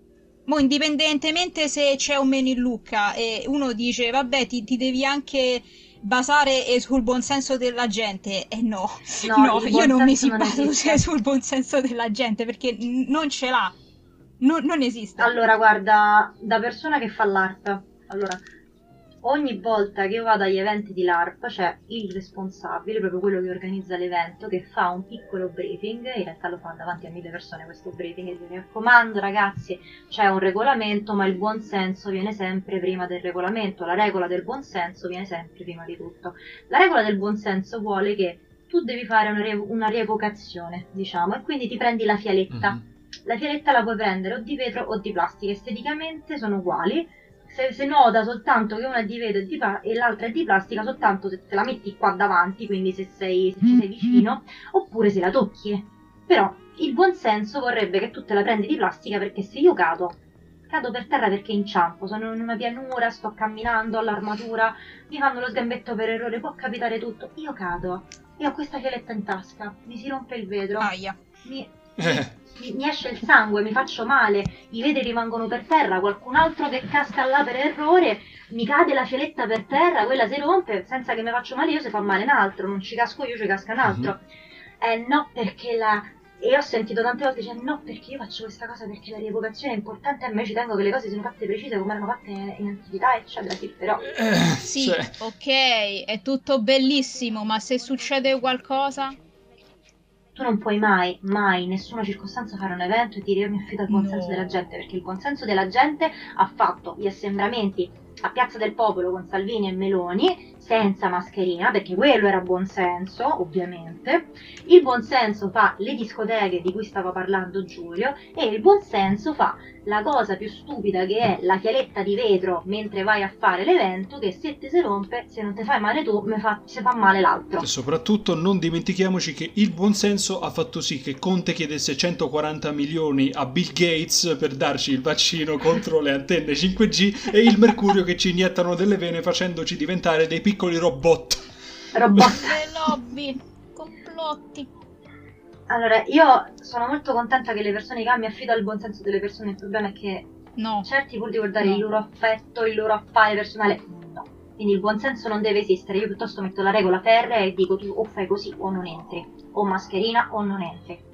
mo indipendentemente se c'è o meno il Lucca, e uno dice vabbè ti, ti devi anche basare eh, sul buonsenso della gente, e eh no,
No,
no,
il
io non mi
buonsenso
si
non
baso
esiste.
sul buonsenso della gente perché n- non ce l'ha, non, non esiste.
Allora, guarda, da persona che fa l'ARP, allora, ogni volta che io vado agli eventi di LARP c'è il responsabile, proprio quello che organizza l'evento, che fa un piccolo briefing, in realtà lo fa davanti a mille persone questo briefing, e dice: mi raccomando ragazzi, c'è un regolamento, ma il buonsenso viene sempre prima del regolamento, la regola del buonsenso viene sempre prima di tutto. La regola del buonsenso vuole che tu devi fare una, revo- una rievocazione, diciamo, e quindi ti prendi la fialetta.
Mhm.
La fialetta la puoi prendere o di vetro o di plastica, esteticamente sono uguali. Se, se nota soltanto che una è di vetro e, di pa- e l'altra è di plastica soltanto se te la metti qua davanti, quindi se, sei, se ci sei vicino, oppure se la tocchi. Però il buonsenso vorrebbe che tu te la prendi di plastica, perché se io cado, cado per terra perché inciampo, sono in una pianura, sto camminando all'armatura, mi fanno lo sgambetto per errore, può capitare tutto, io cado, io ho questa fialetta in tasca, mi si rompe il vetro,
Aia.
mi,
Eh,
mi, mi esce il sangue, mi faccio male, i vetri rimangono per terra, qualcun altro che casca là per errore, mi cade la fialetta per terra, quella si rompe, senza che mi faccio male io, si fa male un altro, non ci casco io, ci casca un altro. Eh no, perché la... E ho sentito tante volte dire no, perché io faccio questa cosa perché la rievocazione è importante, a me ci tengo che le cose siano fatte precise come erano fatte in, in antichità, eccetera, sì, però...
eh,
Sì,
cioè,
ok, è tutto bellissimo, ma se succede qualcosa?
Tu non puoi mai, mai, in nessuna circostanza fare un evento e dire io mi affido al buonsenso
No.
della gente, perché il buonsenso della gente ha fatto gli assembramenti a Piazza del Popolo con Salvini e Meloni senza mascherina, perché quello era buonsenso, ovviamente. Il buonsenso fa le discoteche di cui stava parlando Giulio, e il buonsenso fa la cosa più stupida, che è la fialetta di vetro mentre vai a fare l'evento, che se ti si rompe, se non ti fai male tu, mi fa, si fa male l'altro.
e soprattutto non dimentichiamoci che il buonsenso ha fatto sì che Conte chiedesse centoquaranta milioni a Bill Gates per darci il vaccino contro le antenne cinque G e il mercurio che ci iniettano delle vene facendoci diventare dei piccoli robot.
Robot.
Le lobby, complotti.
Allora, io sono molto contenta che le persone, che mi affido al buonsenso delle persone, il problema è che
No.
certi, pur di guardare
No.
il loro affetto, il loro affare personale, no. Quindi il buonsenso non deve esistere. Io piuttosto metto la regola ferrea e dico tu o fai così o non entri, o mascherina o non entri.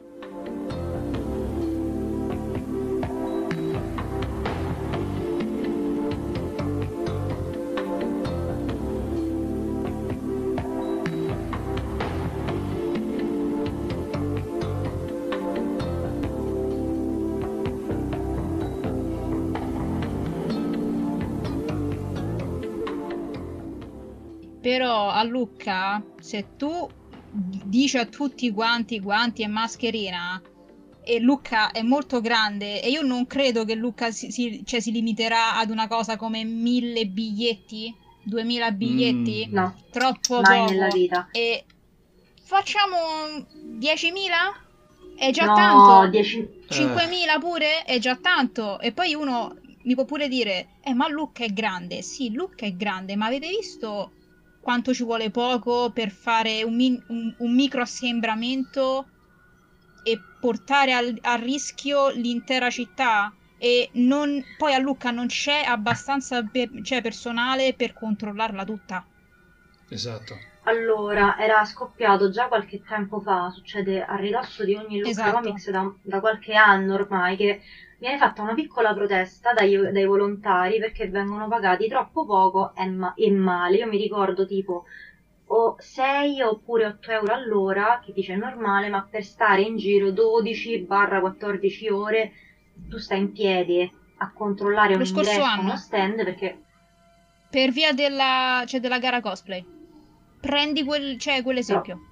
Però a Lucca, se tu dici a tutti quanti guanti e mascherina, e Lucca è molto grande, e io non credo che Lucca si, si- cioè, si limiterà ad una cosa come mille biglietti, duemila biglietti,
Mm.
No,
troppo
mai
poco.
nella vita.
E facciamo diecimila? È già
No,
tanto.
dieci...
cinquemila pure è già tanto. E poi uno mi può pure dire eh ma Lucca è grande. Sì, Lucca è grande, ma avete visto quanto ci vuole poco per fare un, min- un, un micro assembramento e portare al, a rischio l'intera città? E non, poi a Lucca non c'è abbastanza pe- cioè personale per controllarla tutta.
Esatto.
Allora, era scoppiato già qualche tempo fa, succede a ridosso di ogni Lucca
Esatto.
Comics da, da qualche anno ormai, che viene fatta una piccola protesta dai, dai volontari perché vengono pagati troppo poco e, ma- e male. Io mi ricordo tipo o sei oppure otto euro all'ora, che dice normale, ma per stare in giro dodici quattordici ore tu stai in piedi a controllare un
Lo scorso
ingresso,
anno.
uno stand, perché
Per via della, cioè della gara cosplay. Prendi quel, cioè, quell'esempio.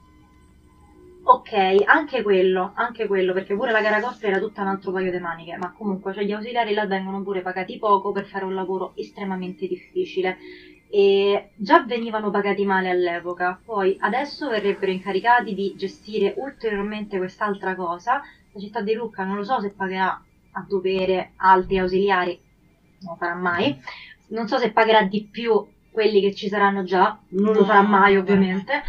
ok, anche quello, anche quello, perché pure la gara cosplay era tutta un altro paio di maniche, ma comunque cioè, gli ausiliari là vengono pure pagati poco per fare un lavoro estremamente difficile, e già venivano pagati male all'epoca, poi adesso verrebbero incaricati di gestire ulteriormente quest'altra cosa. La città di Lucca non lo so se pagherà a dovere altri ausiliari, non lo farà mai, non so se pagherà di più quelli che ci saranno già, non lo
No,
farà mai
non lo farà
ovviamente.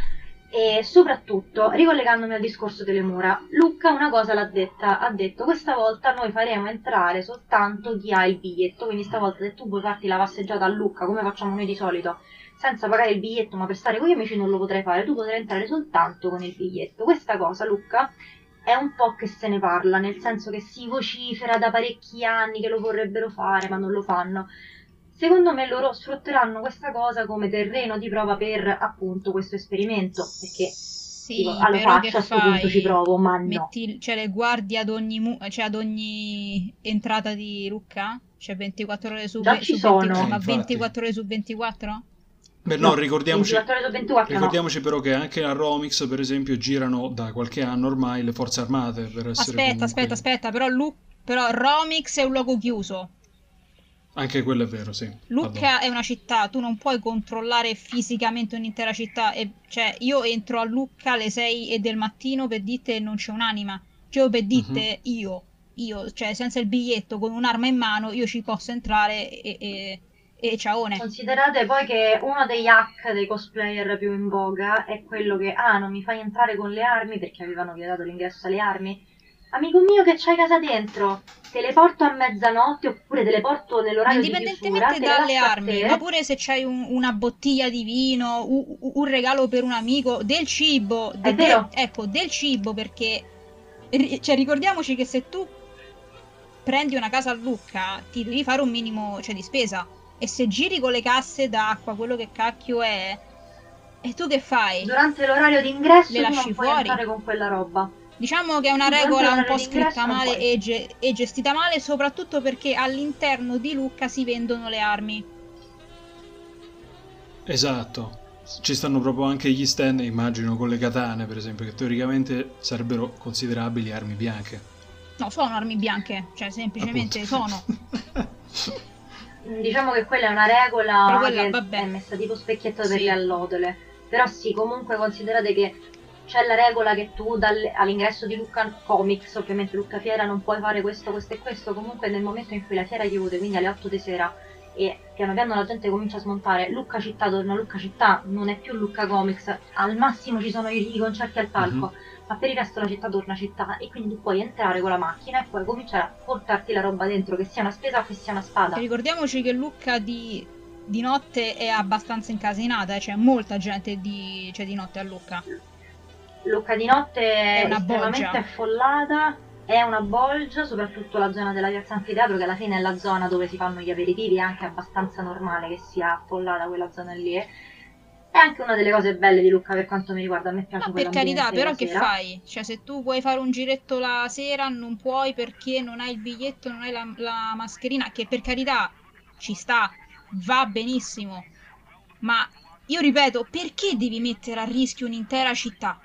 E soprattutto, ricollegandomi al discorso delle mura, Lucca una cosa l'ha detta, ha detto questa volta noi faremo entrare soltanto chi ha il biglietto, quindi stavolta se tu vuoi farti la passeggiata a Lucca come facciamo noi di solito, senza pagare il biglietto ma per stare con gli amici non lo potrai fare, tu potrai entrare soltanto con il biglietto. Questa cosa, Lucca, è un po' che se ne parla, nel senso che si vocifera da parecchi anni che lo vorrebbero fare ma non lo fanno. Secondo me loro sfrutteranno questa cosa come terreno di prova per appunto questo esperimento, perché
Sì,
dico, allo
però
faccio
che
a questo punto
fai?
ci provo, ma no.
Metti, cioè, le guardie ad ogni, mu- cioè, ad ogni entrata di Lucca? Cioè ventiquattro ore su,
Già
ve-
ci
su venti,
sono.
ma
Eh, infatti.
ventiquattro ore su ventiquattro?
Beh, no,
No,
ricordiamoci,
ventiquattro ore su ventiquattro no.
ricordiamoci però che anche a Romix, per esempio, girano da qualche anno ormai le forze armate per essere
Aspetta,
comunque...
aspetta, aspetta, però, Lu- però Romix è un luogo chiuso.
Anche quello è vero, sì.
Lucca è una città, tu non puoi controllare fisicamente un'intera città. E, cioè, io entro a Lucca alle sei e del mattino per dite e non c'è un'anima. Cioè, per dite io, io, cioè, senza il biglietto, con un'arma in mano, io ci posso entrare e, e, e ciaone.
Considerate poi che uno degli hack dei cosplayer più in voga è quello che, ah, non mi fai entrare con le armi perché avevano vietato l'ingresso alle armi. Amico mio che c'hai casa dentro, te le porto a mezzanotte oppure te le porto nell'orario di chiusura,
Indipendentemente
te le
dalle
lascio a
armi,
te.
ma pure se c'hai un- una bottiglia di vino, u- u- un regalo per un amico, del cibo, de-
È vero.
de- ecco, del cibo, perché ri- cioè, ricordiamoci che se tu prendi una casa a Lucca, ti devi fare un minimo, cioè, di spesa, e se giri con le casse d'acqua, quello che cacchio è, e tu che fai?
Durante l'orario di ingresso
Le
tu
lasci
non puoi
fuori?
entrare con quella roba.
Diciamo che è una
Durante
regola un
l'orario
po'
di ingresso
scritta
non
male
puoi.
e, ge- e gestita male, soprattutto perché all'interno di Lucca si vendono le armi.
Esatto. Ci stanno proprio anche gli stand, immagino, con le katane, per esempio, che teoricamente sarebbero considerabili armi bianche.
No, sono armi bianche, cioè semplicemente
Appunto.
sono.
Diciamo che quella è una regola
Però quella,
che
vabbè.
è messa tipo specchietto per
Sì.
le allodole. Però sì, comunque considerate che c'è la regola che tu dal- all'ingresso di Lucca Comics, ovviamente Lucca Fiera, non puoi fare questo, questo e questo. Comunque nel momento in cui la fiera chiude, quindi alle otto di sera, e piano piano la gente comincia a smontare, Lucca Città torna Lucca Città, non è più Lucca Comics, al massimo ci sono i, i concerti al palco, ma per il resto la città torna città, e quindi tu puoi entrare con la macchina e poi cominciare a portarti la roba dentro, che sia una spesa o che sia una spada.
E ricordiamoci che Lucca di, di notte è abbastanza incasinata, eh, c'è molta gente di, cioè, di notte a Lucca.
Lucca di notte è,
È una
estremamente
bolgia.
affollata, è una bolgia, soprattutto la zona della piazza Anfiteatro, che alla fine è la zona dove si fanno gli aperitivi, è anche abbastanza normale che sia affollata quella zona lì. È anche una delle cose belle di Lucca per quanto mi riguarda, a me piace
Ma per
quell'ambiente
carità, però
la
che
sera.
fai? Cioè, se tu vuoi fare un giretto la sera, non puoi perché non hai il biglietto, non hai la, la mascherina, che per carità ci sta, va benissimo. Ma io ripeto, perché devi mettere a rischio un'intera città?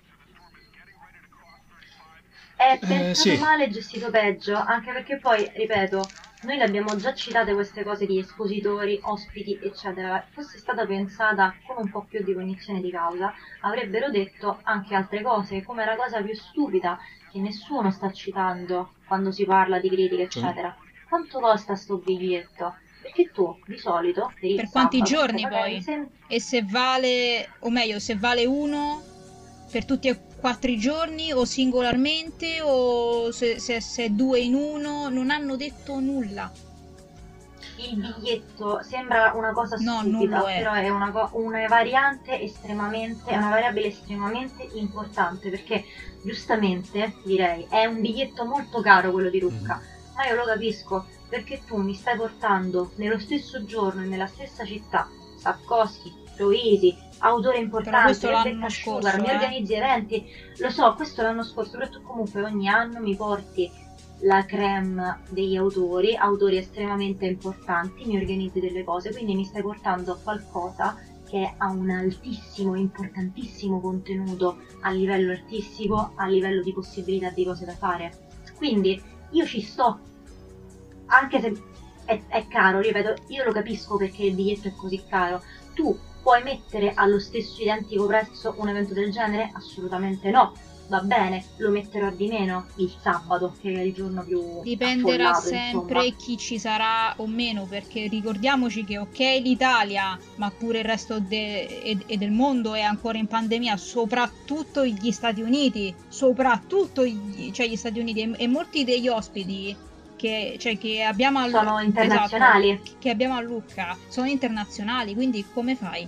È pensato
sì.
male e gestito peggio, anche perché poi, ripeto, noi le abbiamo già citate queste cose di espositori, ospiti, eccetera. Fosse stata pensata con un po' più di cognizione di causa, avrebbero detto anche altre cose, come la cosa più stupida che nessuno sta citando quando si parla di critica, eccetera. Quanto costa sto biglietto? Perché tu, di solito, per, il
Per quanti
sabato,
giorni
stai pagando
poi?
sem-
E se vale, o meglio, se vale uno per tutti e quattro i giorni o singolarmente o se, se, se è due in uno, non hanno detto nulla.
Il biglietto sembra una cosa
No, non
stupida,
lo è.
però è una, co- una variante estremamente, è una variabile estremamente importante, perché giustamente direi è un biglietto molto caro quello di Lucca, ma io lo capisco, perché tu mi stai portando nello stesso giorno e nella stessa città Sapkowski, Troisi, autore importante,
questo l'anno
Rebecca
scorso,
Sugar, mi
eh.
organizzi eventi, lo so, questo l'anno scorso, però tu comunque ogni anno mi porti la creme degli autori, autori estremamente importanti, mi organizzi delle cose, quindi mi stai portando qualcosa che ha un altissimo, importantissimo contenuto a livello artistico, a livello di possibilità di cose da fare. Quindi io ci sto, anche se è, è caro, ripeto, io lo capisco perché il biglietto è così caro. Tu puoi mettere allo stesso identico prezzo un evento del genere? Assolutamente no. va bene, lo metterò di meno il sabato, che è il giorno più
dipenderà
affollato,
sempre
insomma.
chi ci sarà o meno, perché ricordiamoci che ok l'Italia, ma pure il resto de- e, e del mondo è ancora in pandemia, soprattutto gli Stati Uniti, soprattutto gli, cioè gli Stati Uniti e, e molti degli ospiti che, cioè, che abbiamo a Lu-
Sono internazionali.
esatto, che abbiamo a Lucca sono internazionali, quindi come fai?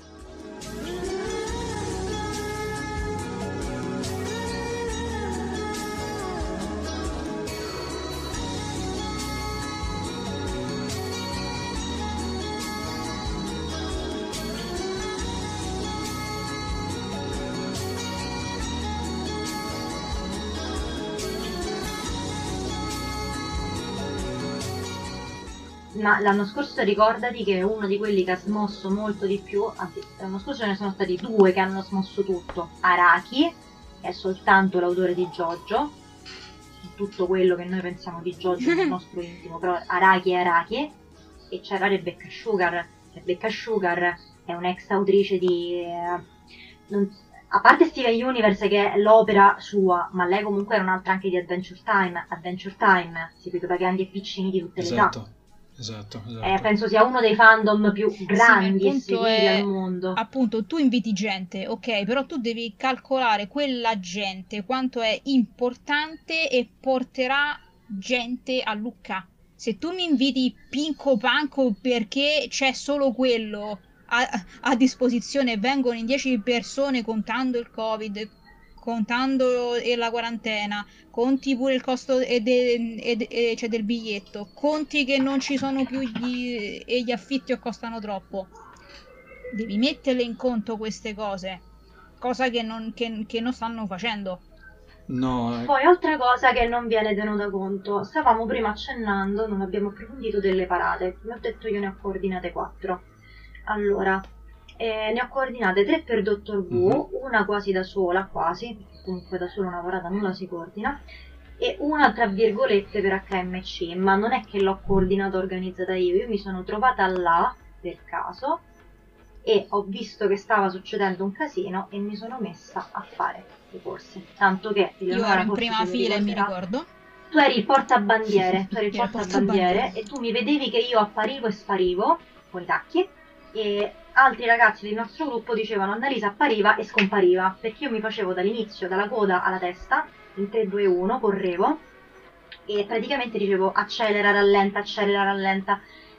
Ma l'anno scorso ricordati che uno di quelli che ha smosso molto di più, anzi l'anno scorso ce ne sono stati due che hanno smosso tutto. Araki, che è soltanto l'autore di JoJo, tutto quello che noi pensiamo di JoJo nel nostro intimo, però Araki è Araki, e c'era Rebecca Sugar. Rebecca Sugar è un'ex autrice di... Eh, non, a parte Steven Universe che è l'opera sua, ma lei comunque era un'altra anche di Adventure Time. Adventure Time, seguito da grandi e piccini di tutte le età.
Esatto. Esatto, esatto.
Eh, penso sia uno dei fandom più grandi
sì,
e seguiti
è,
al mondo.
Appunto, tu inviti gente, ok, però tu devi calcolare quella gente quanto è importante e porterà gente a Lucca. Se tu mi inviti Pinco Panco perché c'è solo quello a, a disposizione e vengono in dieci persone contando il Covid, contando la quarantena, conti pure il costo e de, e de, e cioè del biglietto, conti che non ci sono più gli, e gli affitti o costano troppo, devi metterle in conto queste cose, cosa che non, che, che non stanno facendo.
No, eh.
Poi altra cosa che non viene tenuta conto, stavamo prima accennando, non abbiamo approfondito, delle parate. Come ho detto io ne ho coordinate quattro. Allora, eh, ne ho coordinate tre per Dottor Who,
Mhm.
una quasi da sola, quasi, comunque da sola una parata non la si coordina, e una tra virgolette per H M C, ma non è che l'ho coordinata organizzata io, io mi sono trovata là per caso e ho visto che stava succedendo un casino e mi sono messa a fare le corse, tanto che
Io
Eleonora
ero in
forse
prima
se lo
fila e mi
ricorderà,
ricordo.
tu eri il portabandiere, tu eri il
Ero
portabandiere
portabandiere.
e tu mi vedevi che io apparivo e sparivo con i tacchi e altri ragazzi del nostro gruppo dicevano Annalisa appariva e scompariva, perché io mi facevo dall'inizio, dalla coda alla testa, in tre, due, uno, correvo e praticamente dicevo accelera, rallenta, accelera, rallenta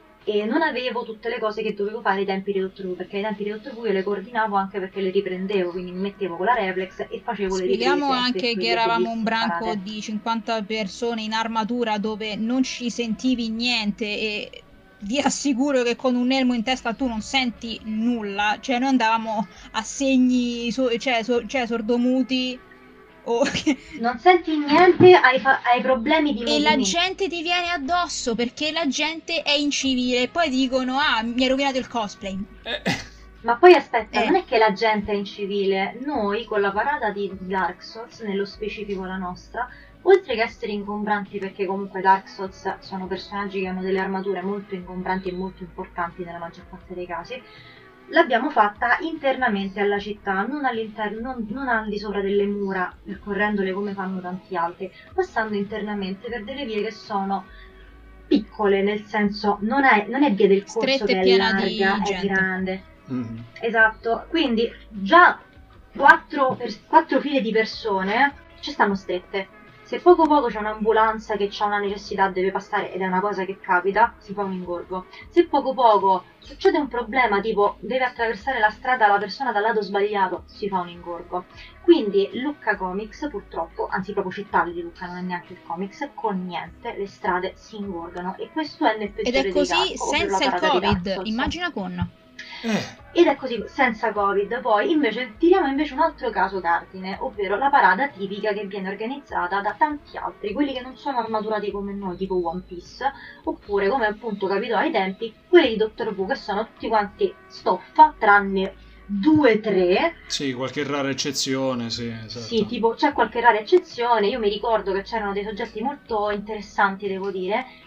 e non avevo tutte le cose che dovevo fare ai tempi di Dottor Who, perché ai tempi di Dottor Who io le coordinavo anche perché le riprendevo, quindi mi mettevo con la reflex e facevo le riprese.
Spieghiamo
per
anche che
quelle
eravamo un
bellissime
branco
parate.
di cinquanta persone in armatura dove non ci sentivi niente e vi assicuro che con un elmo in testa tu non senti nulla, cioè noi andavamo a segni, so- cioè, so- cioè sordomuti o-
Non senti niente, hai, fa- hai problemi di
e la
movimento.
gente ti viene addosso perché la gente è incivile e poi dicono ah mi hai rovinato il cosplay.
Eh,
Ma poi aspetta,
Eh.
non è che la gente è incivile, noi con la parata di Dark Souls, nello specifico la nostra, oltre che essere ingombranti, perché comunque Dark Souls sono personaggi che hanno delle armature molto ingombranti e molto importanti nella maggior parte dei casi, l'abbiamo fatta internamente alla città, non all'interno, non, non al di sopra delle mura, percorrendole come fanno tanti altri, passando internamente per delle vie che sono piccole, nel senso non è, non è via del corso
Stretta e
che è
piena di
larga, è
gente.
grande.
mm.
Esatto, quindi già quattro, per- quattro file di persone ci stanno strette. Se poco poco c'è un'ambulanza che ha una necessità, deve passare, ed è una cosa che capita, si fa un ingorgo. Se poco poco succede un problema, tipo deve attraversare la strada la persona dal lato sbagliato, si fa un ingorgo. Quindi Lucca Comics, purtroppo, anzi proprio città di Lucca, non è neanche il comics, con niente le strade si ingorgano. E questo è nel
Ed
peggiore
è
dei
così
casi, ovvero la
senza il
parata di Dark
Covid,
Souls.
immagina con.
Eh,
Ed è così senza Covid. Poi invece tiriamo invece un altro caso cardine, ovvero la parata tipica che viene organizzata da tanti altri, quelli che non sono armaturati come noi, tipo One Piece, oppure come appunto capitò ai tempi, quelli di Doctor Who, che sono tutti quanti stoffa, tranne due, tre.
sì, qualche rara eccezione, sì, esatto.
Sì, tipo c'è qualche rara eccezione. Io mi ricordo che c'erano dei soggetti molto interessanti, devo dire,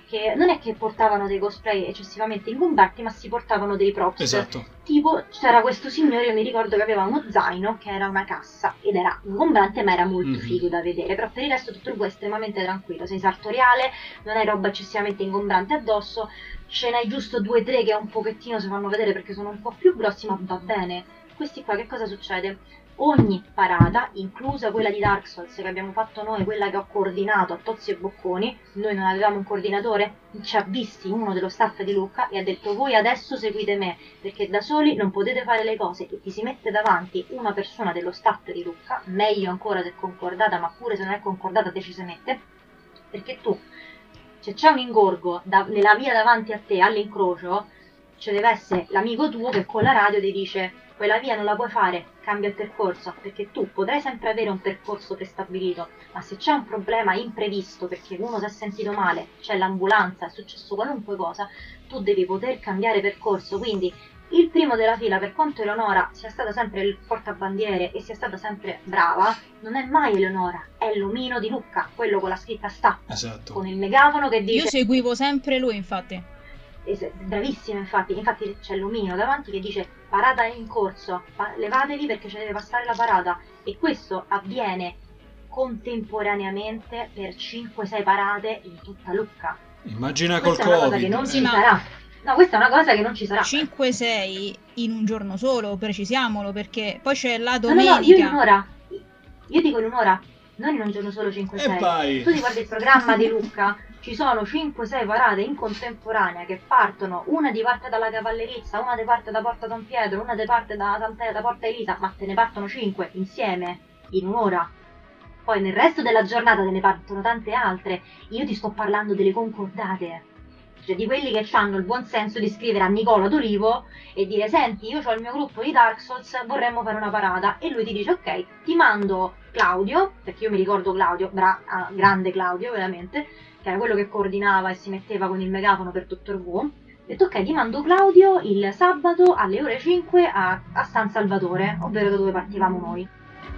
che non è che portavano dei cosplay eccessivamente ingombranti, ma si portavano dei props.
Esatto.
Tipo, c'era questo signore, io mi ricordo che aveva uno zaino che era una cassa ed era ingombrante, ma era molto
Mhm.
figo da vedere. Però per il resto tutto il gruppo è estremamente tranquillo, sei sartoriale, non hai roba eccessivamente ingombrante addosso, ce n'hai giusto due o tre che un pochettino si fanno vedere perché sono un po' più grossi, ma va bene. Questi qua, che cosa succede? Ogni parata, inclusa quella di Dark Souls che abbiamo fatto noi, quella che ho coordinato a Tozzi e Bocconi, noi non avevamo un coordinatore, ci ha visti uno dello staff di Lucca e ha detto: voi adesso seguite me, perché da soli non potete fare le cose, e ti si mette davanti una persona dello staff di Lucca, meglio ancora se concordata, ma pure se non è concordata decisamente, perché tu, se c'è un ingorgo da- nella via davanti a te all'incrocio, ci deve essere l'amico tuo che con la radio ti dice: quella via non la puoi fare, cambia il percorso, perché tu potrai sempre avere un percorso prestabilito, ma se c'è un problema imprevisto, perché uno si è sentito male, c'è l'ambulanza, è successo qualunque cosa, tu devi poter cambiare percorso. Quindi il primo della fila, per quanto Eleonora sia stata sempre il portabandiere e sia stata sempre brava, non è mai Eleonora, è l'omino di Lucca, quello con la scritta sta,
Esatto.
con il megafono che
Io
dice...
seguivo sempre lui, infatti.
Es- bravissima, infatti, infatti c'è l'omino davanti che dice: parata è in corso, pa- levatevi perché ci deve passare la parata, e questo avviene contemporaneamente per cinque sei parate in tutta Lucca.
Immagina col
Questa è una cosa
Covid.
che non
eh.
ci
ma-
sarà. No, questa è una cosa che non ci sarà.
cinque sei in un giorno solo, precisiamolo, perché poi c'è la
No, no, no, io in
domenica.
un'ora. Io dico in un'ora, non in un giorno solo cinque sei.
E vai.
Tu ti guardi il programma di Lucca, ci sono cinque sei parate in contemporanea che partono, una di parte dalla Cavallerizza, una di parte da Porta San Pietro, una di parte da, Santa, da Porta Elisa, ma te ne partono cinque insieme in un'ora. Poi nel resto della giornata te ne partono tante altre. Io ti sto parlando delle concordate, cioè di quelli che hanno il buon senso di scrivere a Nicola D'Olivo e dire: senti, io ho il mio gruppo di Dark Souls, vorremmo fare una parata, e lui ti dice: ok, ti mando Claudio, perché io mi ricordo Claudio, bra- ah, grande Claudio veramente, che era quello che coordinava e si metteva con il megafono per Dottor Who. Ho detto: ok, ti mando Claudio il sabato alle ore cinque a, a San Salvatore, ovvero da dove partivamo noi.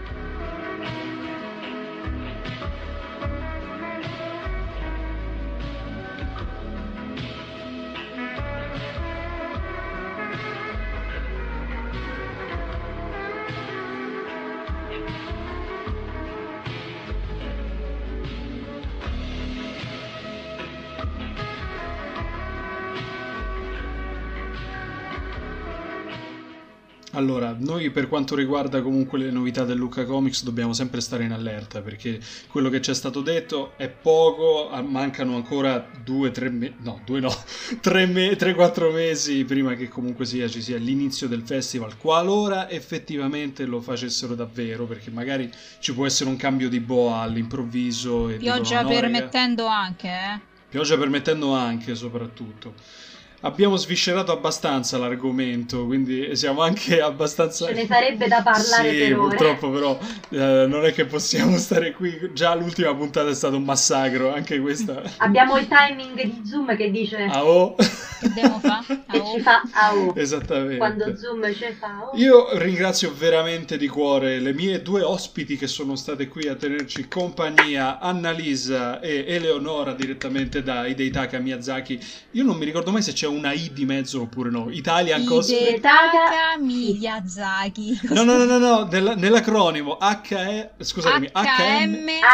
Allora, noi per quanto riguarda comunque le novità del Lucca Comics dobbiamo sempre stare in allerta, perché quello che ci è stato detto è poco, ah, mancano ancora due, tre mesi, no, due no, tre, me- tre, quattro mesi prima che comunque sia, ci sia l'inizio del festival, qualora effettivamente lo facessero davvero, perché magari ci può essere un cambio di boa all'improvviso e
Pioggia
dicono, "No, raga",
permettendo anche, eh.
pioggia permettendo anche, soprattutto. Abbiamo sviscerato abbastanza l'argomento, quindi siamo anche abbastanza...
Ce ne sarebbe da parlare
Sì,
per ore.
purtroppo però eh, non è che possiamo stare qui. Già l'ultima puntata è stato un massacro, anche questa.
Abbiamo il timing di Zoom che dice
Ah, oh.
Che devo fa?
e ci fa a o.
Esattamente.
Quando Zoom ci fa o.
Io ringrazio veramente di cuore le mie due ospiti che sono state qui a tenerci compagnia, Annalisa e Eleonora, direttamente da Hideitaka Miyazaki. Io non mi ricordo mai se c'è una I di mezzo oppure no. Italian Cosplay.
Hidetaka Miyazaki.
No, no, no, no, no, nella- nell'acronimo H E, scusatemi, H M.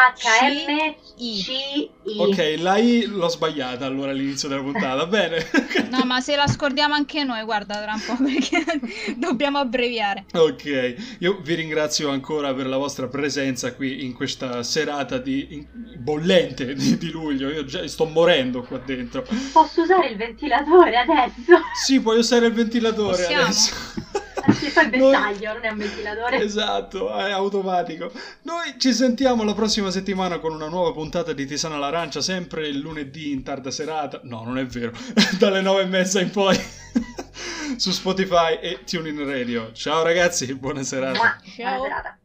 H M C I.
Ok, la I l'ho sbagliata allora all'inizio della puntata, bene.
No, ma se la scordiamo anche noi, guarda, tra un po', perché dobbiamo abbreviare.
Ok, io vi ringrazio ancora per la vostra presenza qui in questa serata di in- bollente di, di luglio. Io già sto morendo qua dentro.
Posso usare il ventilatore adesso?
Sì, puoi usare il ventilatore
Possiamo?
adesso.
Anzi, fa il
Noi-
ventaglio, non è un ventilatore.
Esatto, è automatico. Noi ci sentiamo la prossima settimana con una nuova puntata di Tisana all'Arancia, sempre il lunedì in tarda serata. No, non è vero, dalle nove e mezza in poi su Spotify e TuneIn Radio. Ciao ragazzi, buona serata.
Mua,
Ciao.
Buona serata.